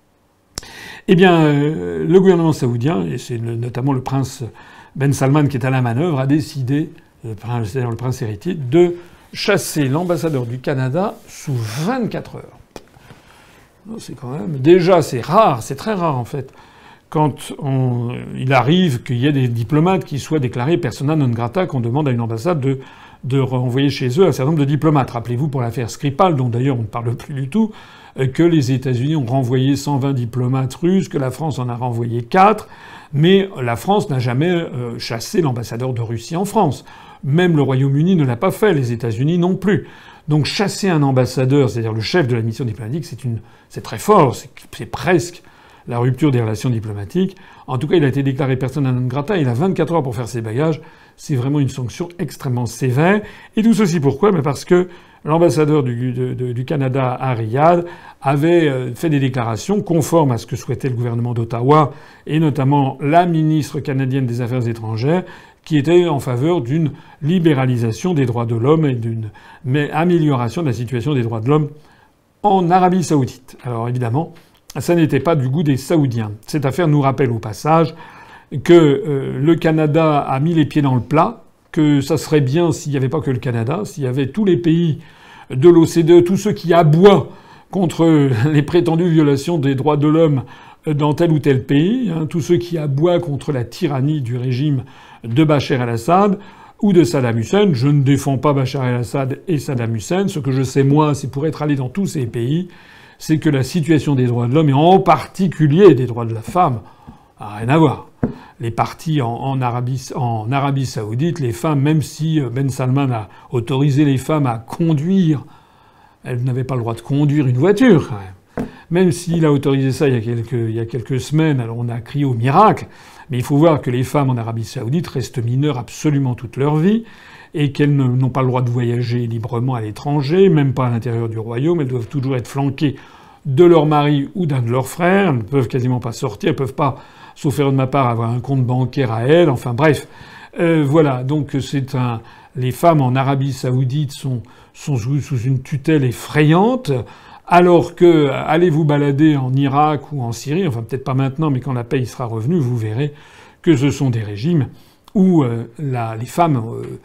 Eh bien, le gouvernement saoudien, et c'est notamment le prince Ben Salman qui est à la manœuvre, a décidé, c'est-à-dire le prince héritier, de chasser l'ambassadeur du Canada sous 24 heures. C'est quand même... Déjà, c'est rare, c'est très rare en fait, quand il arrive qu'il y ait des diplomates qui soient déclarés persona non grata, qu'on demande à une ambassade de renvoyer chez eux un certain nombre de diplomates. Rappelez-vous pour l'affaire Skripal, dont d'ailleurs on ne parle plus du tout, que les États-Unis ont renvoyé 120 diplomates russes, que la France en a renvoyé 4, mais la France n'a jamais chassé l'ambassadeur de Russie en France. Même le Royaume-Uni ne l'a pas fait, les États-Unis non plus. Donc chasser un ambassadeur, c'est-à-dire le chef de la mission diplomatique, c'est très fort, c'est presque la rupture des relations diplomatiques. En tout cas, il a été déclaré persona non grata, il a 24 heures pour faire ses bagages. C'est vraiment une sanction extrêmement sévère. Et tout ceci pourquoi ? Parce que l'ambassadeur du Canada à Riyad avait fait des déclarations conformes à ce que souhaitait le gouvernement d'Ottawa, et notamment la ministre canadienne des Affaires étrangères, qui était en faveur d'une libéralisation des droits de l'homme et d'une amélioration de la situation des droits de l'homme en Arabie saoudite. Alors évidemment, ça n'était pas du goût des Saoudiens. Cette affaire nous rappelle au passage que le Canada a mis les pieds dans le plat, que ça serait bien s'il n'y avait pas que le Canada, s'il y avait tous les pays de l'OCDE, tous ceux qui aboient contre les prétendues violations des droits de l'homme dans tel ou tel pays, tous ceux qui aboient contre la tyrannie du régime de Bachar el-Assad ou de Saddam Hussein. Je ne défends pas Bachar el-Assad et Saddam Hussein. Ce que je sais, moi, c'est pour être allé dans tous ces pays, c'est que la situation des droits de l'homme, et en particulier des droits de la femme, n'a rien à voir. Les partis en Arabie Saoudite, les femmes, même si Ben Salman a autorisé les femmes à conduire, elles n'avaient pas le droit de conduire une voiture quand même. Même s'il a autorisé ça il y a quelques semaines, alors on a crié au miracle. Mais il faut voir que les femmes en Arabie Saoudite restent mineures absolument toute leur vie et qu'elles n'ont pas le droit de voyager librement à l'étranger, même pas à l'intérieur du royaume. Elles doivent toujours être flanquées de leur mari ou d'un de leurs frères. Elles ne peuvent quasiment pas sortir. Elles ne peuvent pas, sauf erreur de ma part, avoir un compte bancaire à elles. Enfin bref. Voilà. Donc les femmes en Arabie Saoudite sont sous une tutelle effrayante. Alors que allez vous balader en Irak ou en Syrie, enfin peut-être pas maintenant, mais quand la paix y sera revenue, vous verrez que ce sont des régimes où les femmes,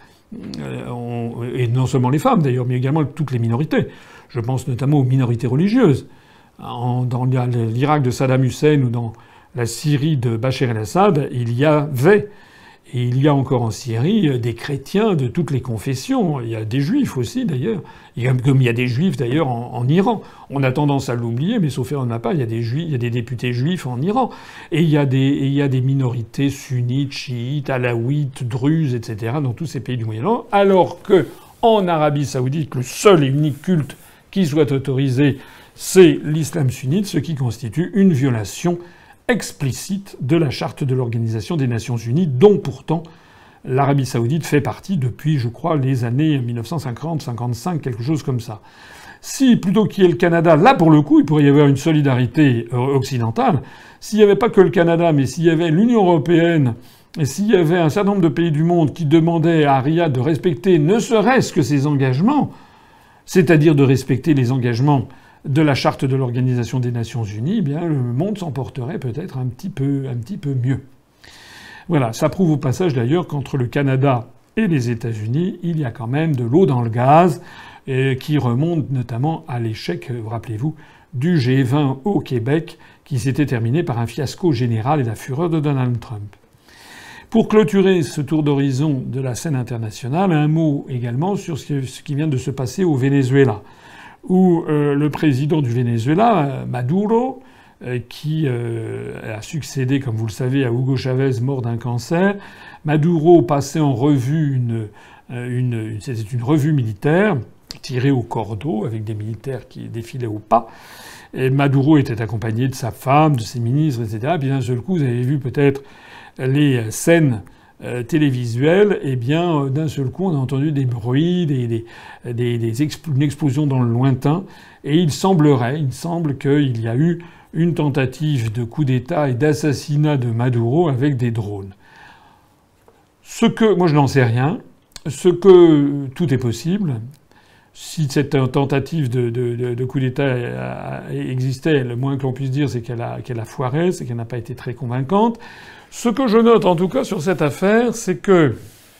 et non seulement les femmes d'ailleurs, mais également toutes les minorités. Je pense notamment aux minorités religieuses. Dans l'Irak de Saddam Hussein ou dans la Syrie de Bachar el-Assad, il y avait, et il y a encore en Syrie, des chrétiens de toutes les confessions. Il y a des juifs aussi, d'ailleurs. Comme il y a des juifs, d'ailleurs, en Iran. On a tendance à l'oublier, mais sauf erreur de ma part, il y a des députés juifs en Iran. Et il y a des minorités sunnites, chiites, alaouites, druzes, etc., dans tous ces pays du Moyen-Orient. Alors que, en Arabie Saoudite, le seul et unique culte qui soit autorisé, c'est l'islam sunnite, ce qui constitue une violation explicite de la charte de l'Organisation des Nations Unies, dont pourtant l'Arabie Saoudite fait partie depuis, je crois, les années 1950, 55, quelque chose comme ça. Si, plutôt qu'il y ait le Canada, là pour le coup, il pourrait y avoir une solidarité occidentale. S'il n'y avait pas que le Canada, mais s'il y avait l'Union européenne, et s'il y avait un certain nombre de pays du monde qui demandaient à Riyad de respecter ne serait-ce que ses engagements, c'est-à-dire de respecter les engagements de la charte de l'Organisation des Nations Unies, eh bien, le monde s'en porterait peut-être un petit peu mieux. Voilà. Ça prouve au passage d'ailleurs qu'entre le Canada et les États-Unis, il y a quand même de l'eau dans le gaz, qui remonte notamment à l'échec, rappelez-vous, du G20 au Québec, qui s'était terminé par un fiasco général et la fureur de Donald Trump. Pour clôturer ce tour d'horizon de la scène internationale, un mot également sur ce qui vient de se passer au Venezuela, où le président du Venezuela, Maduro, qui a succédé, comme vous le savez, à Hugo Chavez, mort d'un cancer. Maduro passait en revue c'était une revue militaire tirée au cordeau avec des militaires qui défilaient au pas. Et Maduro était accompagné de sa femme, de ses ministres, etc. Et puis d'un seul coup, vous avez vu peut-être les scènes télévisuelles, eh bien, d'un seul coup, on a entendu des bruits, une explosion dans le lointain, et il semble qu'il y a eu une tentative de coup d'État et d'assassinat de Maduro avec des drones. Moi je n'en sais rien, tout est possible. Si cette tentative de coup d'État existait, le moins que l'on puisse dire, c'est qu'elle a foiré, c'est qu'elle n'a pas été très convaincante. Ce que je note en tout cas sur cette affaire, c'est que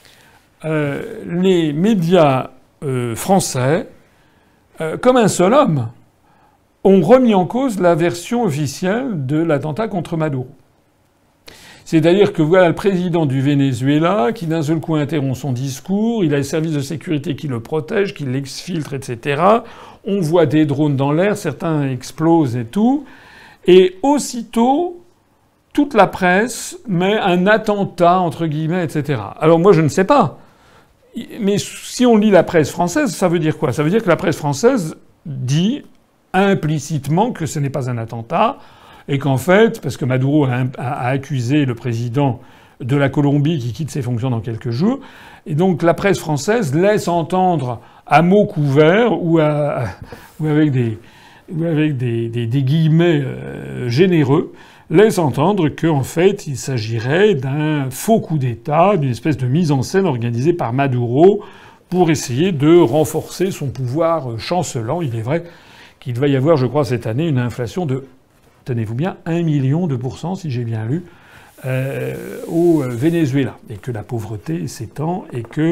les médias français, comme un seul homme, ont remis en cause la version officielle de l'attentat contre Maduro. C'est-à-dire que voilà le président du Venezuela qui d'un seul coup interrompt son discours, il a les services de sécurité qui le protègent, qui l'exfiltrent, etc. On voit des drones dans l'air, certains explosent et tout. Et aussitôt, toute la presse met un attentat, entre guillemets, etc. Alors moi, je ne sais pas. Mais si on lit la presse française, ça veut dire quoi? Ça veut dire que la presse française dit implicitement que ce n'est pas un attentat, et qu'en fait, parce que Maduro a accusé le président de la Colombie qui quitte ses fonctions dans quelques jours, et donc la presse française laisse entendre à mots couverts ou avec des guillemets généreux, laisse entendre qu'en fait il s'agirait d'un faux coup d'État, d'une espèce de mise en scène organisée par Maduro pour essayer de renforcer son pouvoir chancelant. Il est vrai qu'il va y avoir, je crois, cette année une inflation de, tenez-vous bien, 1 million de %, si j'ai bien lu, au Venezuela. Et que la pauvreté s'étend et que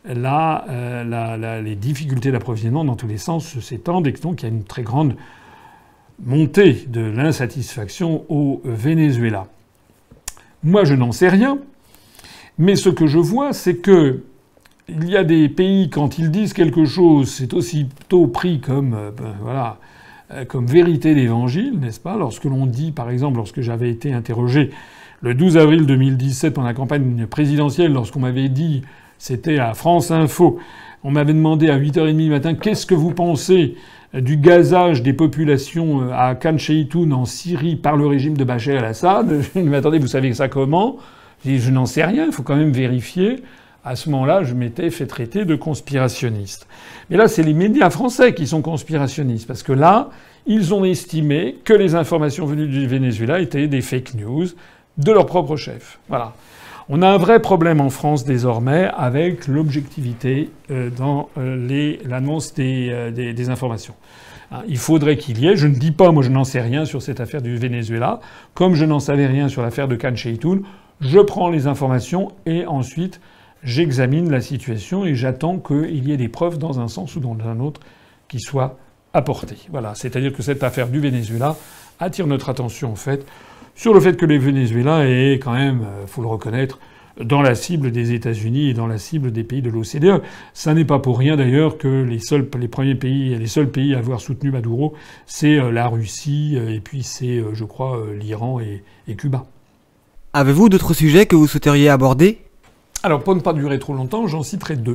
les difficultés d'approvisionnement dans tous les sens s'étendent et que donc il y a une très grande montée de l'insatisfaction au Venezuela. Moi, je n'en sais rien, mais ce que je vois, c'est que il y a des pays, quand ils disent quelque chose, c'est aussitôt pris comme comme vérité d'évangile, n'est-ce pas? Lorsque l'on dit, par exemple, lorsque j'avais été interrogé le 12 avril 2017 pendant la campagne présidentielle, lorsqu'on m'avait dit, c'était à France Info, on m'avait demandé à 8h30 du matin, qu'est-ce que vous pensez du gazage des populations à Khan Cheikhoun en Syrie par le régime de Bachar el-Assad? Je me dis, mais attendez, vous savez ça comment? Je dis, je n'en sais rien, il faut quand même vérifier. À ce moment-là, je m'étais fait traiter de conspirationniste. Mais là, c'est les médias français qui sont conspirationnistes, parce que là, ils ont estimé que les informations venues du Venezuela étaient des fake news de leur propre chef. Voilà. On a un vrai problème en France désormais avec l'objectivité dans l'annonce des informations. Il faudrait qu'il y ait, je ne dis pas, moi je n'en sais rien sur cette affaire du Venezuela, comme je n'en savais rien sur l'affaire de Khan Cheikhoun, je prends les informations et ensuite j'examine la situation et j'attends qu'il y ait des preuves dans un sens ou dans un autre qui soient apportées. Voilà. C'est-à-dire que cette affaire du Venezuela attire notre attention, en fait, sur le fait que le Venezuela est quand même, faut le reconnaître, dans la cible des États-Unis et dans la cible des pays de l'OCDE. Ça n'est pas pour rien d'ailleurs que les seuls pays à avoir soutenu Maduro, c'est la Russie et puis c'est, je crois, l'Iran et Cuba. Avez-vous d'autres sujets que vous souhaiteriez aborder ? Alors, pour ne pas durer trop longtemps, j'en citerai deux.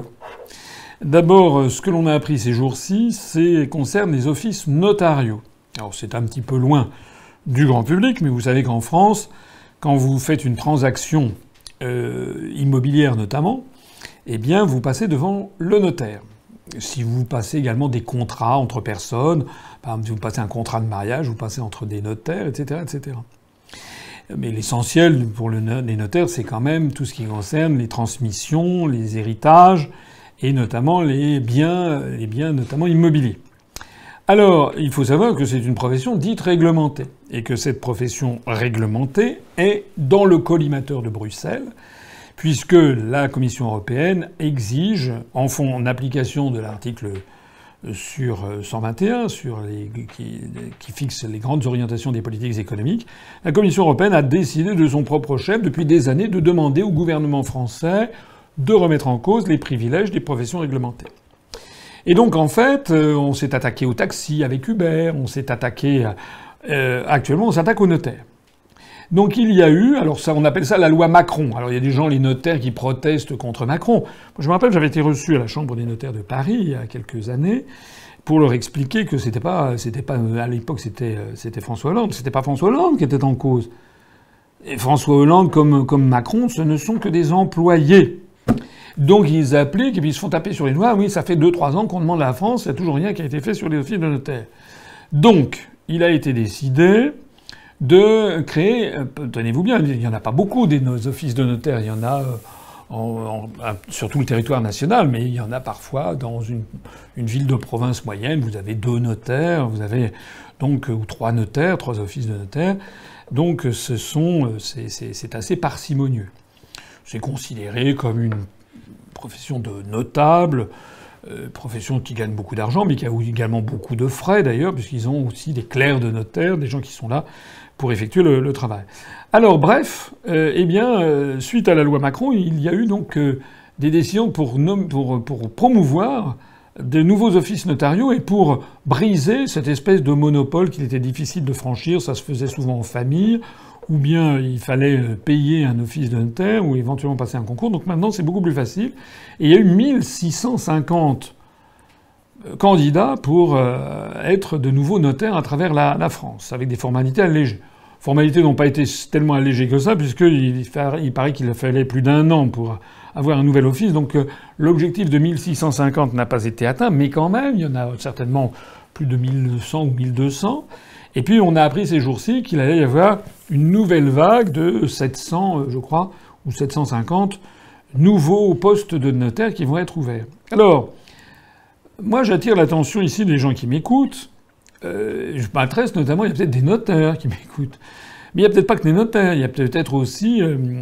D'abord, ce que l'on a appris ces jours-ci, concerne les offices notariaux. Alors, c'est un petit peu loin du grand public, mais vous savez qu'en France, quand vous faites une transaction immobilière notamment, eh bien, vous passez devant le notaire. Si vous passez également des contrats entre personnes, par exemple, si vous passez un contrat de mariage, vous passez entre des notaires, etc., etc. Mais l'essentiel pour les notaires, c'est quand même tout ce qui concerne les transmissions, les héritages et notamment les biens notamment immobiliers. Alors, il faut savoir que c'est une profession dite réglementée et que cette profession réglementée est dans le collimateur de Bruxelles, puisque la Commission européenne exige, en application de l'article sur 121, qui fixe les grandes orientations des politiques économiques, la Commission européenne a décidé de son propre chef, depuis des années, de demander au gouvernement français de remettre en cause les privilèges des professions réglementées. Et donc, en fait, on s'est attaqué au taxi avec Uber, on s'est attaqué... actuellement, on s'attaque aux notaires. Donc il y a eu, alors ça, on appelle ça la loi Macron. Alors il y a des gens, les notaires, qui protestent contre Macron. Je me rappelle, j'avais été reçu à la Chambre des notaires de Paris il y a quelques années pour leur expliquer que c'était pas à l'époque c'était François Hollande, c'était pas François Hollande qui était en cause. Et François Hollande comme Macron, ce ne sont que des employés. Donc ils appliquent et puis ils se font taper sur les doigts. Oui, ça fait 2-3 ans qu'on demande à la France, il n'y a toujours rien qui a été fait sur les offices de notaires. Donc il a été décidé de créer, tenez-vous bien, il n'y en a pas beaucoup des offices de notaires, il y en a sur tout le territoire national, mais il y en a parfois dans une ville de province moyenne, vous avez 2 notaires, vous avez donc ou 3 notaires, 3 offices de notaires, donc c'est assez parcimonieux. C'est considéré comme une profession de notable, profession qui gagne beaucoup d'argent, mais qui a également beaucoup de frais d'ailleurs, puisqu'ils ont aussi des clercs de notaires, des gens qui sont là pour effectuer le travail. Alors bref, suite à la loi Macron, il y a eu donc des décisions pour promouvoir de nouveaux offices notariaux et pour briser cette espèce de monopole qu'il était difficile de franchir. Ça se faisait souvent en famille, ou bien il fallait payer un office de notaire, ou éventuellement passer un concours. Donc maintenant, c'est beaucoup plus facile. Et il y a eu 1650 candidats pour être de nouveaux notaires à travers la France, avec des formalités allégées. Formalités n'ont pas été tellement allégées que ça, puisqu'il paraît qu'il fallait plus d'1 an pour avoir un nouvel office. Donc l'objectif de 1650 n'a pas été atteint, mais quand même, il y en a certainement plus de 1100 ou 1200. Et puis on a appris ces jours-ci qu'il allait y avoir une nouvelle vague de 700, je crois, ou 750 nouveaux postes de notaires qui vont être ouverts. Alors, moi, j'attire l'attention ici des gens qui m'écoutent. Je m'adresse notamment, il y a peut-être des notaires qui m'écoutent. Mais il n'y a peut-être pas que des notaires, il y a peut-être aussi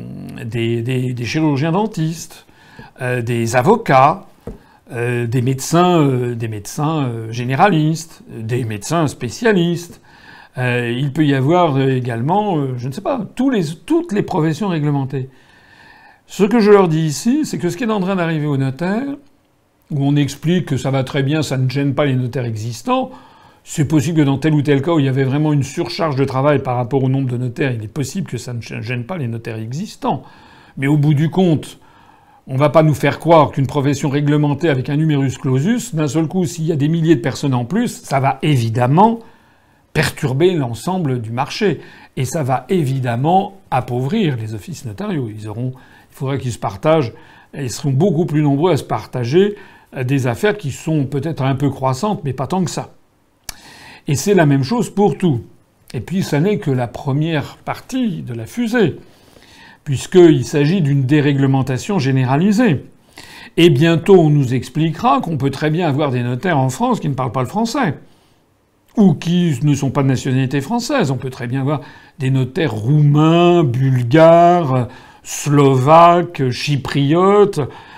des chirurgiens dentistes, des avocats, des médecins généralistes, des médecins spécialistes. Il peut y avoir également, je ne sais pas, toutes les professions réglementées. Ce que je leur dis ici, c'est que ce qui est en train d'arriver aux notaires, où on explique que ça va très bien, ça ne gêne pas les notaires existants, C'est possible que dans tel ou tel cas où il y avait vraiment une surcharge de travail par rapport au nombre de notaires, il est possible que ça ne gêne pas les notaires existants. Mais au bout du compte, on va pas nous faire croire qu'une profession réglementée avec un numerus clausus, d'un seul coup, s'il y a des milliers de personnes en plus, ça va évidemment perturber l'ensemble du marché. Et ça va évidemment appauvrir les offices notariaux. Il faudrait qu'ils se partagent, ils seront beaucoup plus nombreux à se partager des affaires qui sont peut-être un peu croissantes, mais pas tant que ça. Et c'est la même chose pour tout. Et puis ça n'est que la première partie de la fusée, puisqu'il s'agit d'une déréglementation généralisée. Et bientôt on nous expliquera qu'on peut très bien avoir des notaires en France qui ne parlent pas le français, ou qui ne sont pas de nationalité française. On peut très bien avoir des notaires roumains, bulgares, slovaques, chypriotes,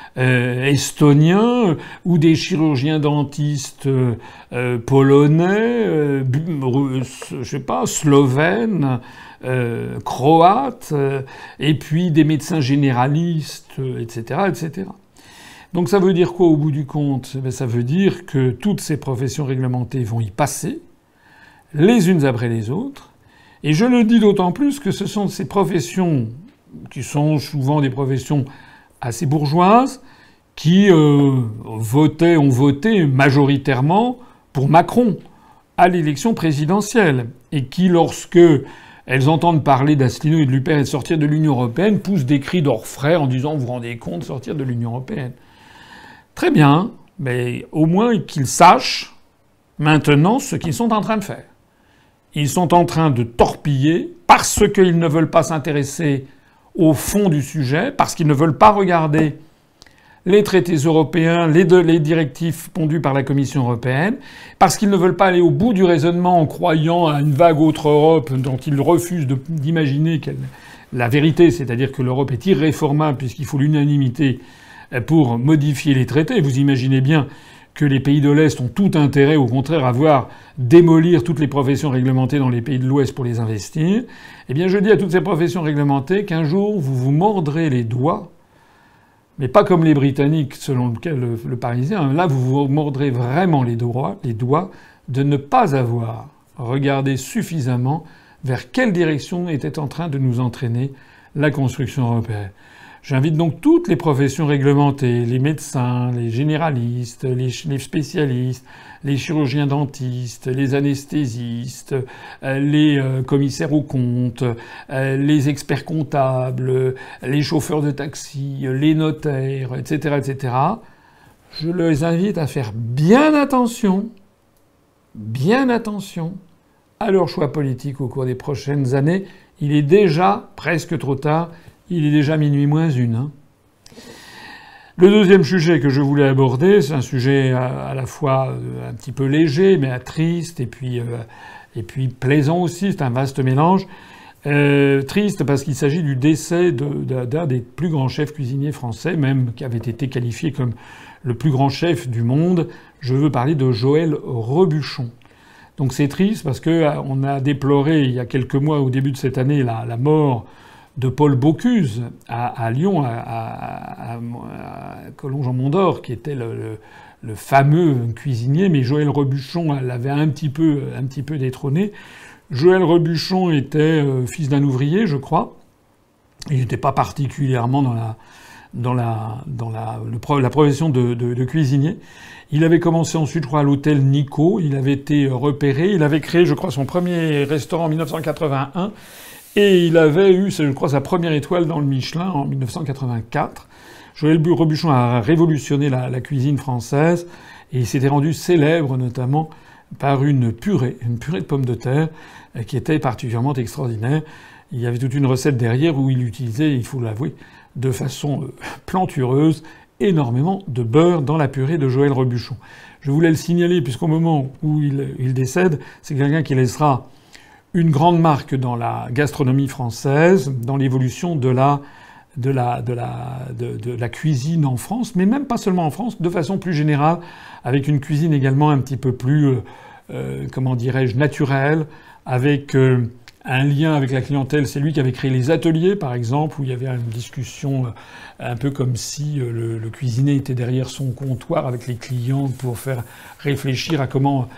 estoniens, ou des chirurgiens dentistes polonais, je sais pas, slovènes, croates, et puis des médecins généralistes, etc., etc. Donc ça veut dire quoi au bout du compte ? Ça veut dire que toutes ces professions réglementées vont y passer, les unes après les autres. Et je le dis d'autant plus que ce sont ces professions qui sont souvent des professions assez bourgeoises, qui ont voté majoritairement pour Macron à l'élection présidentielle, et qui, lorsque elles entendent parler d'Asselineau et de Luper et de sortir de l'Union européenne, poussent des cris d'orfraie en disant « vous vous rendez compte, sortir de l'Union européenne ». Très bien, mais au moins qu'ils sachent maintenant ce qu'ils sont en train de faire. Ils sont en train de torpiller parce qu'ils ne veulent pas s'intéresser au fond du sujet, parce qu'ils ne veulent pas regarder les traités européens, les directives pondues par la Commission européenne, parce qu'ils ne veulent pas aller au bout du raisonnement en croyant à une vague autre Europe dont ils refusent d'imaginer la vérité, c'est-à-dire que l'Europe est irréformable puisqu'il faut l'unanimité pour modifier les traités. Vous imaginez bien que les pays de l'Est ont tout intérêt, au contraire, à voir démolir toutes les professions réglementées dans les pays de l'Ouest pour les investir. Eh bien, je dis à toutes ces professions réglementées qu'un jour, vous vous mordrez les doigts, mais pas comme les Britanniques, selon le Parisien. Là, vous vous mordrez vraiment les doigts de ne pas avoir regardé suffisamment vers quelle direction était en train de nous entraîner la construction européenne. J'invite donc toutes les professions réglementées, les médecins, les généralistes, les spécialistes, les chirurgiens dentistes, les anesthésistes, les commissaires aux comptes, les experts comptables, les chauffeurs de taxi, les notaires, etc., etc. Je les invite à faire bien attention à leurs choix politiques au cours des prochaines années. Il est déjà presque trop tard. Il est déjà minuit moins une. Hein. Le deuxième sujet que je voulais aborder, c'est un sujet à la fois un petit peu léger, mais triste, et puis plaisant aussi. C'est un vaste mélange. Triste parce qu'il s'agit du décès d'un des plus grands chefs cuisiniers français, même qui avait été qualifié comme le plus grand chef du monde. Je veux parler de Joël Robuchon. Donc c'est triste parce que on a déploré il y a quelques mois, au début de cette année, la mort de Paul Bocuse à Lyon, à Collonges-en-Mont-d'Or, qui était le fameux cuisinier, mais Joël Robuchon l'avait un petit peu détrôné. Joël Robuchon était fils d'un ouvrier, je crois. Il n'était pas particulièrement dans la profession de cuisinier. Il avait commencé ensuite, je crois, à l'hôtel Nico. Il avait été repéré. Il avait créé, je crois, son premier restaurant en 1981. Et il avait eu, je crois, sa première étoile dans le Michelin en 1984. Joël Robuchon a révolutionné la cuisine française. Et il s'était rendu célèbre, notamment, par une purée de pommes de terre, qui était particulièrement extraordinaire. Il y avait toute une recette derrière où il utilisait, il faut l'avouer, de façon plantureuse, énormément de beurre dans la purée de Joël Robuchon. Je voulais le signaler puisqu'au moment où il décède, c'est quelqu'un qui laissera une grande marque dans la gastronomie française, dans l'évolution de la cuisine en France, mais même pas seulement en France, de façon plus générale, avec une cuisine également un petit peu plus, comment dirais-je, naturelle, avec un lien avec la clientèle. C'est lui qui avait créé les ateliers, par exemple, où il y avait une discussion un peu comme si le cuisinier était derrière son comptoir avec les clients pour faire réfléchir à comment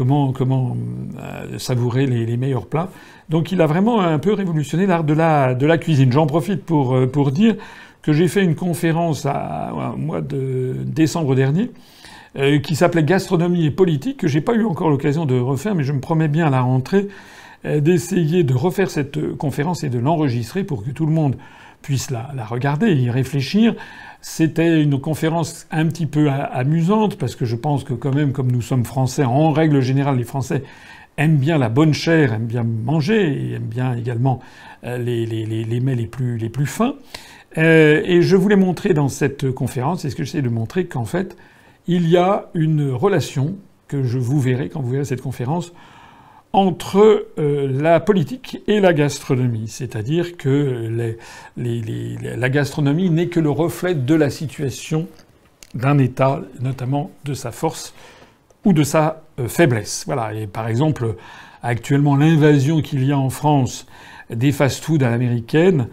savourer les meilleurs plats. Donc il a vraiment un peu révolutionné l'art de la cuisine. J'en profite pour dire que j'ai fait une conférence au mois de décembre dernier qui s'appelait Gastronomie et politique, que j'ai pas eu encore l'occasion de refaire, mais je me promets bien à la rentrée d'essayer de refaire cette conférence et de l'enregistrer pour que tout le monde puisse la regarder et y réfléchir. C'était une conférence un petit peu amusante parce que je pense que quand même, comme nous sommes français, en règle générale, les Français aiment bien la bonne chair, aiment bien manger et aiment bien également les mets les plus fins. Et je voulais montrer dans cette conférence, et ce que j'essaie de montrer, qu'en fait, il y a une relation que vous verrez quand vous verrez cette conférence entre la politique et la gastronomie. C'est-à-dire que la gastronomie n'est que le reflet de la situation d'un État, notamment de sa force ou de sa faiblesse. Voilà. Et par exemple, actuellement, l'invasion qu'il y a en France des fast-foods à l'américaine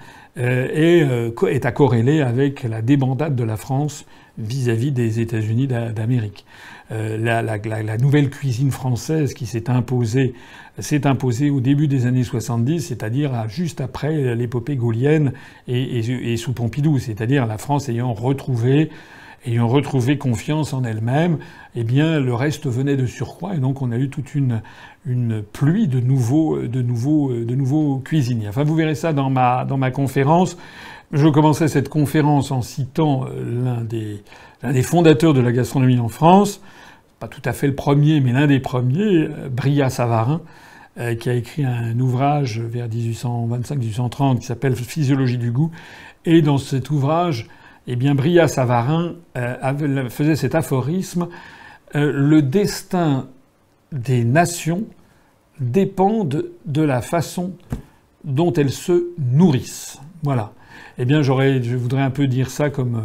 est à corréler avec la débandade de la France vis-à-vis des États-Unis d'Amérique. La nouvelle cuisine française qui s'est imposée au début des années 70, c'est-à-dire juste après l'épopée gaulienne et sous Pompidou, c'est-à-dire la France ayant retrouvé confiance en elle-même, eh bien le reste venait de surcroît et donc on a eu toute une pluie de nouveaux cuisiniers. Enfin, vous verrez ça dans ma conférence. Je commençais cette conférence en citant l'un des fondateurs de la gastronomie en France, pas tout à fait le premier, mais l'un des premiers, Brillat-Savarin, qui a écrit un ouvrage vers 1825-1830 qui s'appelle Physiologie du goût. Et dans cet ouvrage, eh bien, Brillat-Savarin faisait cet aphorisme le destin des nations dépend de la façon dont elles se nourrissent. Voilà. Eh bien, je voudrais un peu dire ça comme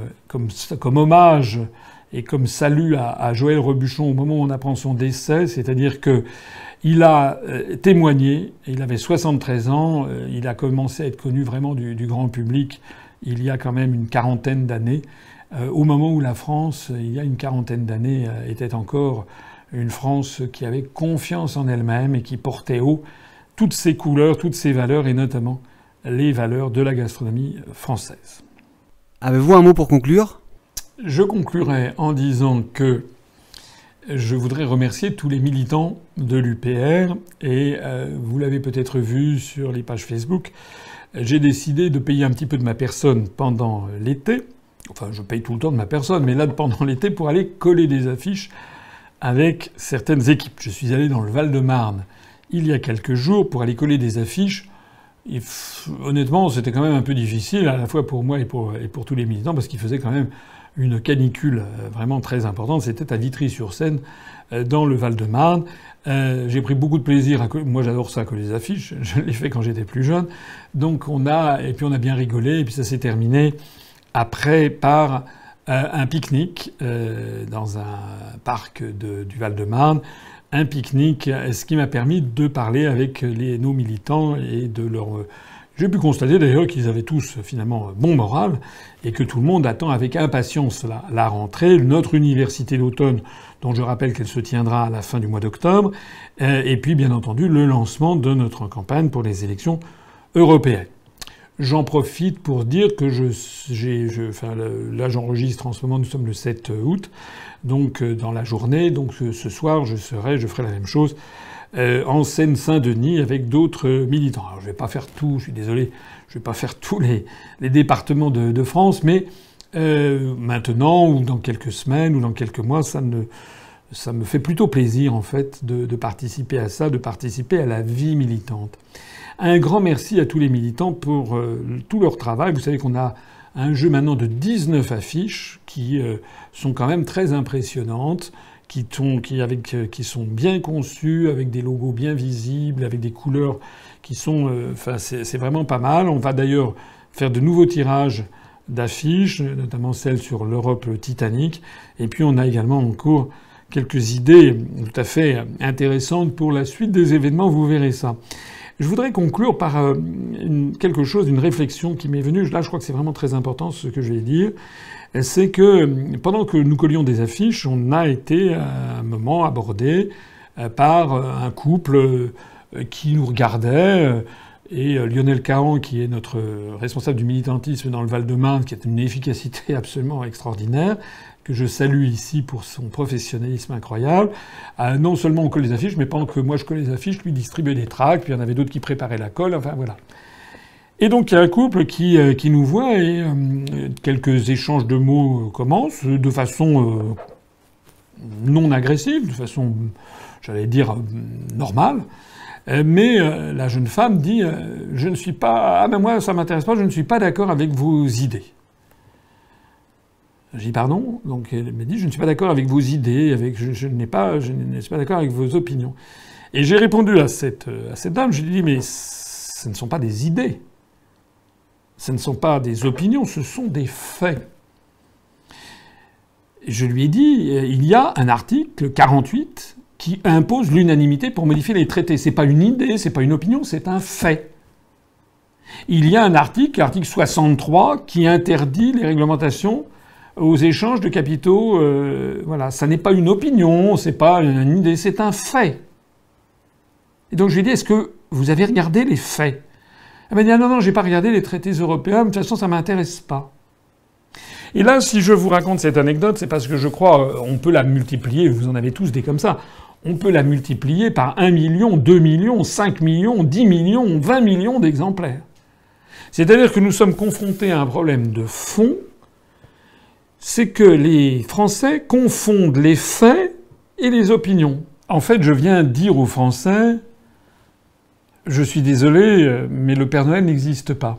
hommage et comme salut à Joël Robuchon au moment où on apprend son décès, c'est-à-dire que il a témoigné, il avait 73 ans, il a commencé à être connu vraiment du grand public il y a quand même une quarantaine d'années, au moment où la France, il y a une quarantaine d'années, était encore une France qui avait confiance en elle-même et qui portait haut toutes ses couleurs, toutes ses valeurs et notamment les valeurs de la gastronomie française. Avez-vous un mot pour conclure ? Je conclurai en disant que je voudrais remercier tous les militants de l'UPR et vous l'avez peut-être vu sur les pages Facebook, j'ai décidé de payer un petit peu de ma personne pendant l'été. Enfin, je paye tout le temps de ma personne, mais là, pendant l'été, pour aller coller des affiches avec certaines équipes. Je suis allé dans le Val-de-Marne il y a quelques jours pour aller coller des affiches. Et honnêtement, c'était quand même un peu difficile, à la fois pour moi et pour tous les militants, parce qu'il faisait quand même une canicule vraiment très importante. C'était à Vitry-sur-Seine, dans le Val-de-Marne. J'ai pris beaucoup de plaisir moi, j'adore ça, coller des affiches. Je l'ai fait quand j'étais plus jeune. Donc on a bien rigolé, et puis ça s'est terminé après par un pique-nique dans un parc du Val-de-Marne. Un pique-nique, ce qui m'a permis de parler avec nos militants et de leur... J'ai pu constater d'ailleurs qu'ils avaient tous finalement bon moral et que tout le monde attend avec impatience la rentrée, notre université d'automne, dont je rappelle qu'elle se tiendra à la fin du mois d'octobre, et puis bien entendu le lancement de notre campagne pour les élections européennes. J'en profite pour dire que là j'enregistre en ce moment, nous sommes le 7 août, donc dans la journée, donc ce soir je ferai la même chose en Seine-Saint-Denis avec d'autres militants. Alors je vais pas faire tout, je suis désolé, je vais pas faire tous les départements de France, mais maintenant ou dans quelques semaines ou dans quelques mois, ça me fait plutôt plaisir en fait de participer à ça, de participer à la vie militante. Un grand merci à tous les militants pour tout leur travail. Vous savez qu'on a un jeu maintenant de 19 affiches qui sont quand même très impressionnantes, qui sont bien conçues, avec des logos bien visibles, avec des couleurs qui sont... c'est vraiment pas mal. On va d'ailleurs faire de nouveaux tirages d'affiches, notamment celles sur l'Europe Titanic. Et puis on a également en cours quelques idées tout à fait intéressantes pour la suite des événements. Vous verrez ça. Je voudrais conclure par quelque chose, une réflexion qui m'est venue. Là, je crois que c'est vraiment très important ce que je vais dire. C'est que pendant que nous collions des affiches, on a été à un moment abordé par un couple qui nous regardait. Et Lionel Cahan, qui est notre responsable du militantisme dans le Val-de-Marne, qui a une efficacité absolument extraordinaire, que je salue ici pour son professionnalisme incroyable, non seulement on colle les affiches, mais pendant que moi je colle les affiches, lui distribuait des tracts, puis il y en avait d'autres qui préparaient la colle, enfin voilà. Et donc il y a un couple qui nous voit et quelques échanges de mots commencent de façon non agressive, de façon, j'allais dire, normale. Mais la jeune femme dit je ne suis pas... Ah ben moi ça m'intéresse pas, je ne suis pas d'accord avec vos idées. J'ai dit pardon. Donc elle m'a dit je ne suis pas d'accord avec vos idées, je ne suis pas d'accord avec vos opinions. Et j'ai répondu à cette dame, je lui ai dit mais ce ne sont pas des idées. Ce ne sont pas des opinions, ce sont des faits. Et je lui ai dit il y a un article 48 qui impose l'unanimité pour modifier les traités. C'est pas une idée, c'est pas une opinion, c'est un fait. Il y a un article, l'article 63, qui interdit les réglementations aux échanges de capitaux. Voilà, ça n'est pas une opinion, c'est pas une idée, c'est un fait. Et donc je lui ai dit, est-ce que vous avez regardé les faits? Elle m'a dit, ah non, j'ai pas regardé les traités européens, de toute façon ça m'intéresse pas. Et là, si je vous raconte cette anecdote, c'est parce que je crois, on peut la multiplier, vous en avez tous des comme ça, on peut la multiplier par 1 million, 2 millions, 5 millions, 10 millions, 20 millions d'exemplaires. C'est-à-dire que nous sommes confrontés à un problème de fond, c'est que les Français confondent les faits et les opinions. En fait, je viens dire aux Français, je suis désolé, mais le Père Noël n'existe pas.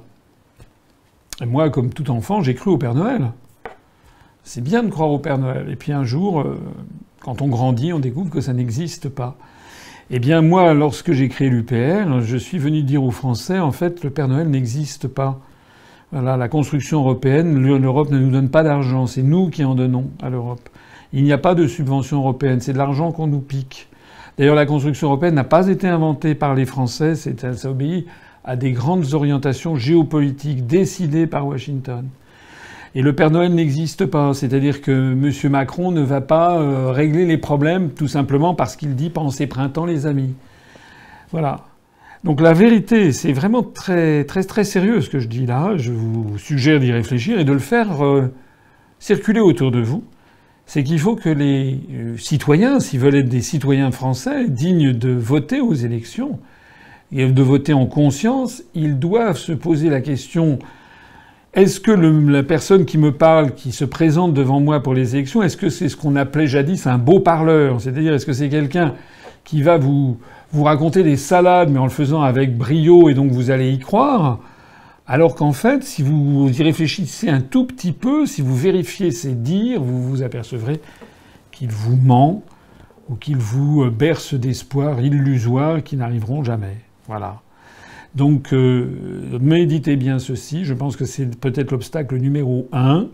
Et moi, comme tout enfant, j'ai cru au Père Noël. C'est bien de croire au Père Noël. Et puis un jour, quand on grandit, on découvre que ça n'existe pas. Eh bien moi, lorsque j'ai créé l'UPR, je suis venu dire aux Français, en fait, le Père Noël n'existe pas. Voilà, la construction européenne, l'Europe ne nous donne pas d'argent, c'est nous qui en donnons à l'Europe. Il n'y a pas de subvention européenne, c'est de l'argent qu'on nous pique. D'ailleurs, la construction européenne n'a pas été inventée par les Français, ça obéit à des grandes orientations géopolitiques décidées par Washington. Et le Père Noël n'existe pas, c'est-à-dire que M. Macron ne va pas régler les problèmes tout simplement parce qu'il dit « pensez printemps, les amis ». Voilà. Donc la vérité, c'est vraiment très, très, très sérieux ce que je dis là. Je vous suggère d'y réfléchir et de le faire circuler autour de vous. C'est qu'il faut que les citoyens, s'ils veulent être des citoyens français dignes de voter aux élections, et de voter en conscience, ils doivent se poser la question: est-ce que la personne qui me parle, qui se présente devant moi pour les élections, est-ce que c'est ce qu'on appelait jadis un beau parleur? C'est-à-dire, est-ce que c'est quelqu'un qui va vous raconter des salades, mais en le faisant avec brio, et donc vous allez y croire? Alors qu'en fait, si vous y réfléchissez un tout petit peu, si vous vérifiez ses dires, vous vous apercevrez qu'il vous ment ou qu'il vous berce d'espoirs illusoires qui n'arriveront jamais. Voilà. Donc, méditez bien ceci. Je pense que c'est peut-être l'obstacle numéro 1.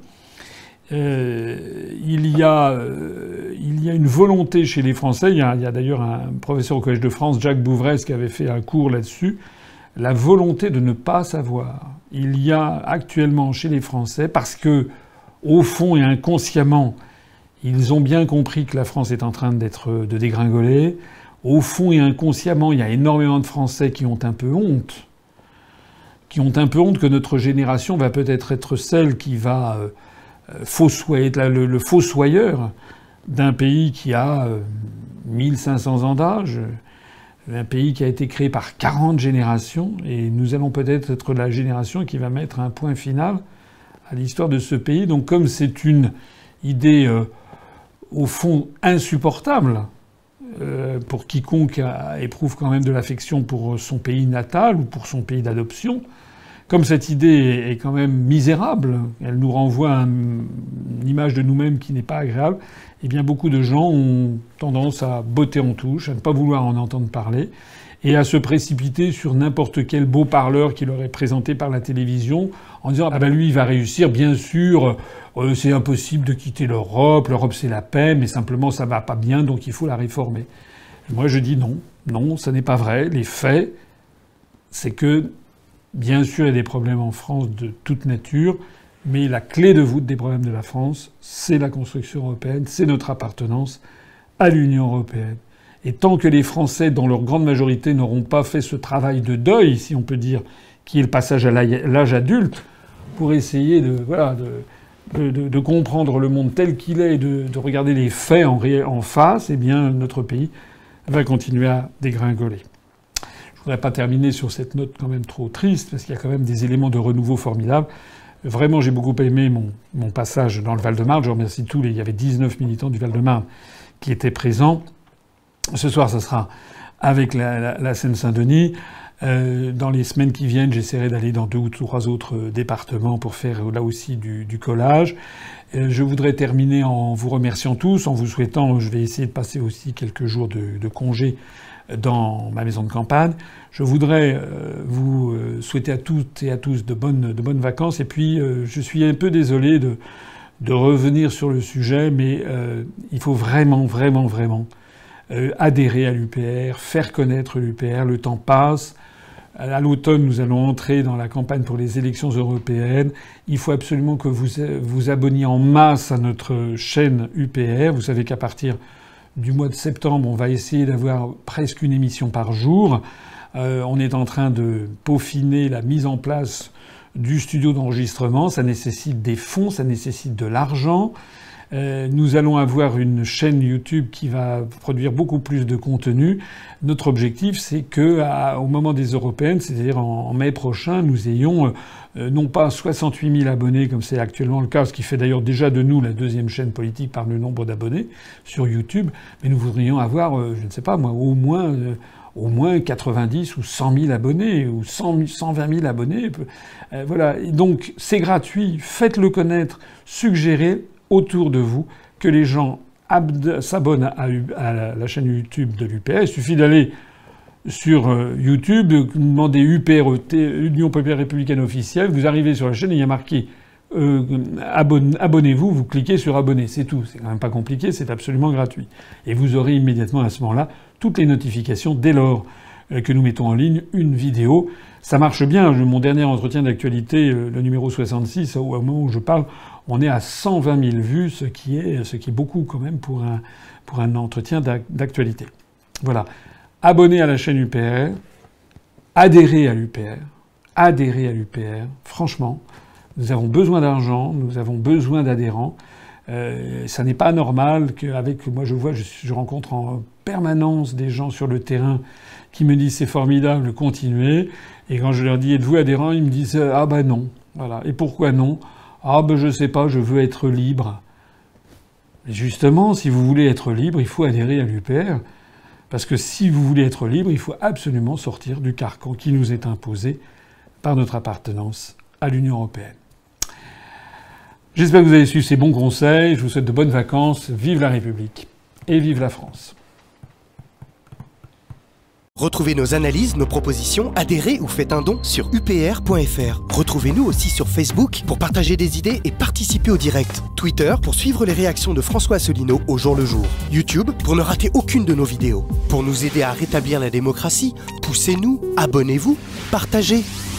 Il y a une volonté chez les Français. Il y a d'ailleurs un professeur au Collège de France, Jacques Bouvresse, qui avait fait un cours là-dessus. La volonté de ne pas savoir. Il y a actuellement chez les Français, parce que, au fond et inconsciemment, ils ont bien compris que la France est en train de dégringoler. Au fond et inconsciemment, il y a énormément de Français qui ont un peu honte. Qui ont un peu honte que notre génération va peut-être être celle qui va être le fossoyeur d'un pays qui a 1500 ans d'âge, un pays qui a été créé par 40 générations, et nous allons peut-être être la génération qui va mettre un point final à l'histoire de ce pays. Donc comme c'est une idée, au fond, insupportable, pour quiconque éprouve quand même de l'affection pour son pays natal ou pour son pays d'adoption, comme cette idée est quand même misérable, elle nous renvoie à une image de nous-mêmes qui n'est pas agréable, eh bien beaucoup de gens ont tendance à botter en touche, à ne pas vouloir en entendre parler, et à se précipiter sur n'importe quel beau parleur qui leur est présenté par la télévision, en disant « Ah ben lui, il va réussir, bien sûr, c'est impossible de quitter l'Europe c'est la paix, mais simplement ça va pas bien, donc il faut la réformer. » Moi je dis non, ça n'est pas vrai. Les faits c'est que, bien sûr, il y a des problèmes en France de toute nature, mais la clé de voûte des problèmes de la France, c'est la construction européenne, c'est notre appartenance à l'Union européenne. Et tant que les Français, dans leur grande majorité, n'auront pas fait ce travail de deuil, si on peut dire, qui est le passage à l'âge adulte, pour essayer de comprendre le monde tel qu'il est, de regarder les faits en face, eh bien, notre pays va continuer à dégringoler. Je voudrais pas terminer sur cette note quand même trop triste, parce qu'il y a quand même des éléments de renouveau formidables. Vraiment, j'ai beaucoup aimé mon passage dans le Val-de-Marne. Je remercie tous il y avait 19 militants du Val-de-Marne qui étaient présents. Ce soir, ça sera avec la Seine-Saint-Denis. Dans les semaines qui viennent, j'essaierai d'aller dans 2 ou 3 autres départements pour faire là aussi du collage. Je voudrais terminer en vous remerciant tous, en vous souhaitant, je vais essayer de passer aussi quelques jours de congé dans ma maison de campagne. Je voudrais vous souhaiter à toutes et à tous de bonnes vacances. Et puis, je suis un peu désolé de revenir sur le sujet, mais il faut vraiment adhérer à l'UPR, faire connaître l'UPR. Le temps passe. À l'automne, nous allons entrer dans la campagne pour les élections européennes. Il faut absolument que vous vous abonniez en masse à notre chaîne UPR. Vous savez qu'à partir du mois de septembre, on va essayer d'avoir presque une émission par jour. On est en train de peaufiner la mise en place du studio d'enregistrement. Ça nécessite des fonds, ça nécessite de l'argent. Nous allons avoir une chaîne YouTube qui va produire beaucoup plus de contenu. Notre objectif, c'est que au moment des européennes, c'est-à-dire en mai prochain, nous ayons non pas 68 000 abonnés comme c'est actuellement le cas, ce qui fait d'ailleurs déjà de nous la 2e chaîne politique par le nombre d'abonnés sur YouTube, mais nous voudrions avoir, je ne sais pas moi, au moins 90 ou 100 000 abonnés, ou 120 000 abonnés. Voilà. Et donc, c'est gratuit. Faites-le connaître. Suggérez autour de vous que les gens s'abonnent à la chaîne YouTube de l'UPR. Il suffit d'aller sur YouTube, demander UPR, Union populaire républicaine officielle. Vous arrivez sur la chaîne et il y a marqué abonnez-vous. Vous cliquez sur abonner. C'est tout. C'est quand même pas compliqué. C'est absolument gratuit. Et vous aurez immédiatement à ce moment-là toutes les notifications dès lors que nous mettons en ligne une vidéo. Ça marche bien. Mon dernier entretien d'actualité, le numéro 66, au moment où je parle, on est à 120 000 vues, ce qui est beaucoup quand même pour un entretien d'actualité. Voilà. Abonnez à la chaîne UPR. Adhérez à l'UPR. Adhérez à l'UPR. Franchement, nous avons besoin d'argent. Nous avons besoin d'adhérents. Ça n'est pas normal qu'avec moi je rencontre en permanence des gens sur le terrain qui me disent c'est formidable, continuez. Et quand je leur dis êtes-vous adhérents, ils me disent ah ben non. Voilà. Et pourquoi non? Ah ben je sais pas, je veux être libre. Mais justement, si vous voulez être libre, il faut adhérer à l'UPR. Parce que si vous voulez être libre, il faut absolument sortir du carcan qui nous est imposé par notre appartenance à l'Union européenne. J'espère que vous avez suivi ces bons conseils. Je vous souhaite de bonnes vacances. Vive la République et vive la France. Retrouvez nos analyses, nos propositions, adhérez ou faites un don sur upr.fr. Retrouvez-nous aussi sur Facebook pour partager des idées et participer au direct. Twitter pour suivre les réactions de François Asselineau au jour le jour. YouTube pour ne rater aucune de nos vidéos. Pour nous aider à rétablir la démocratie, poussez-nous, abonnez-vous, partagez.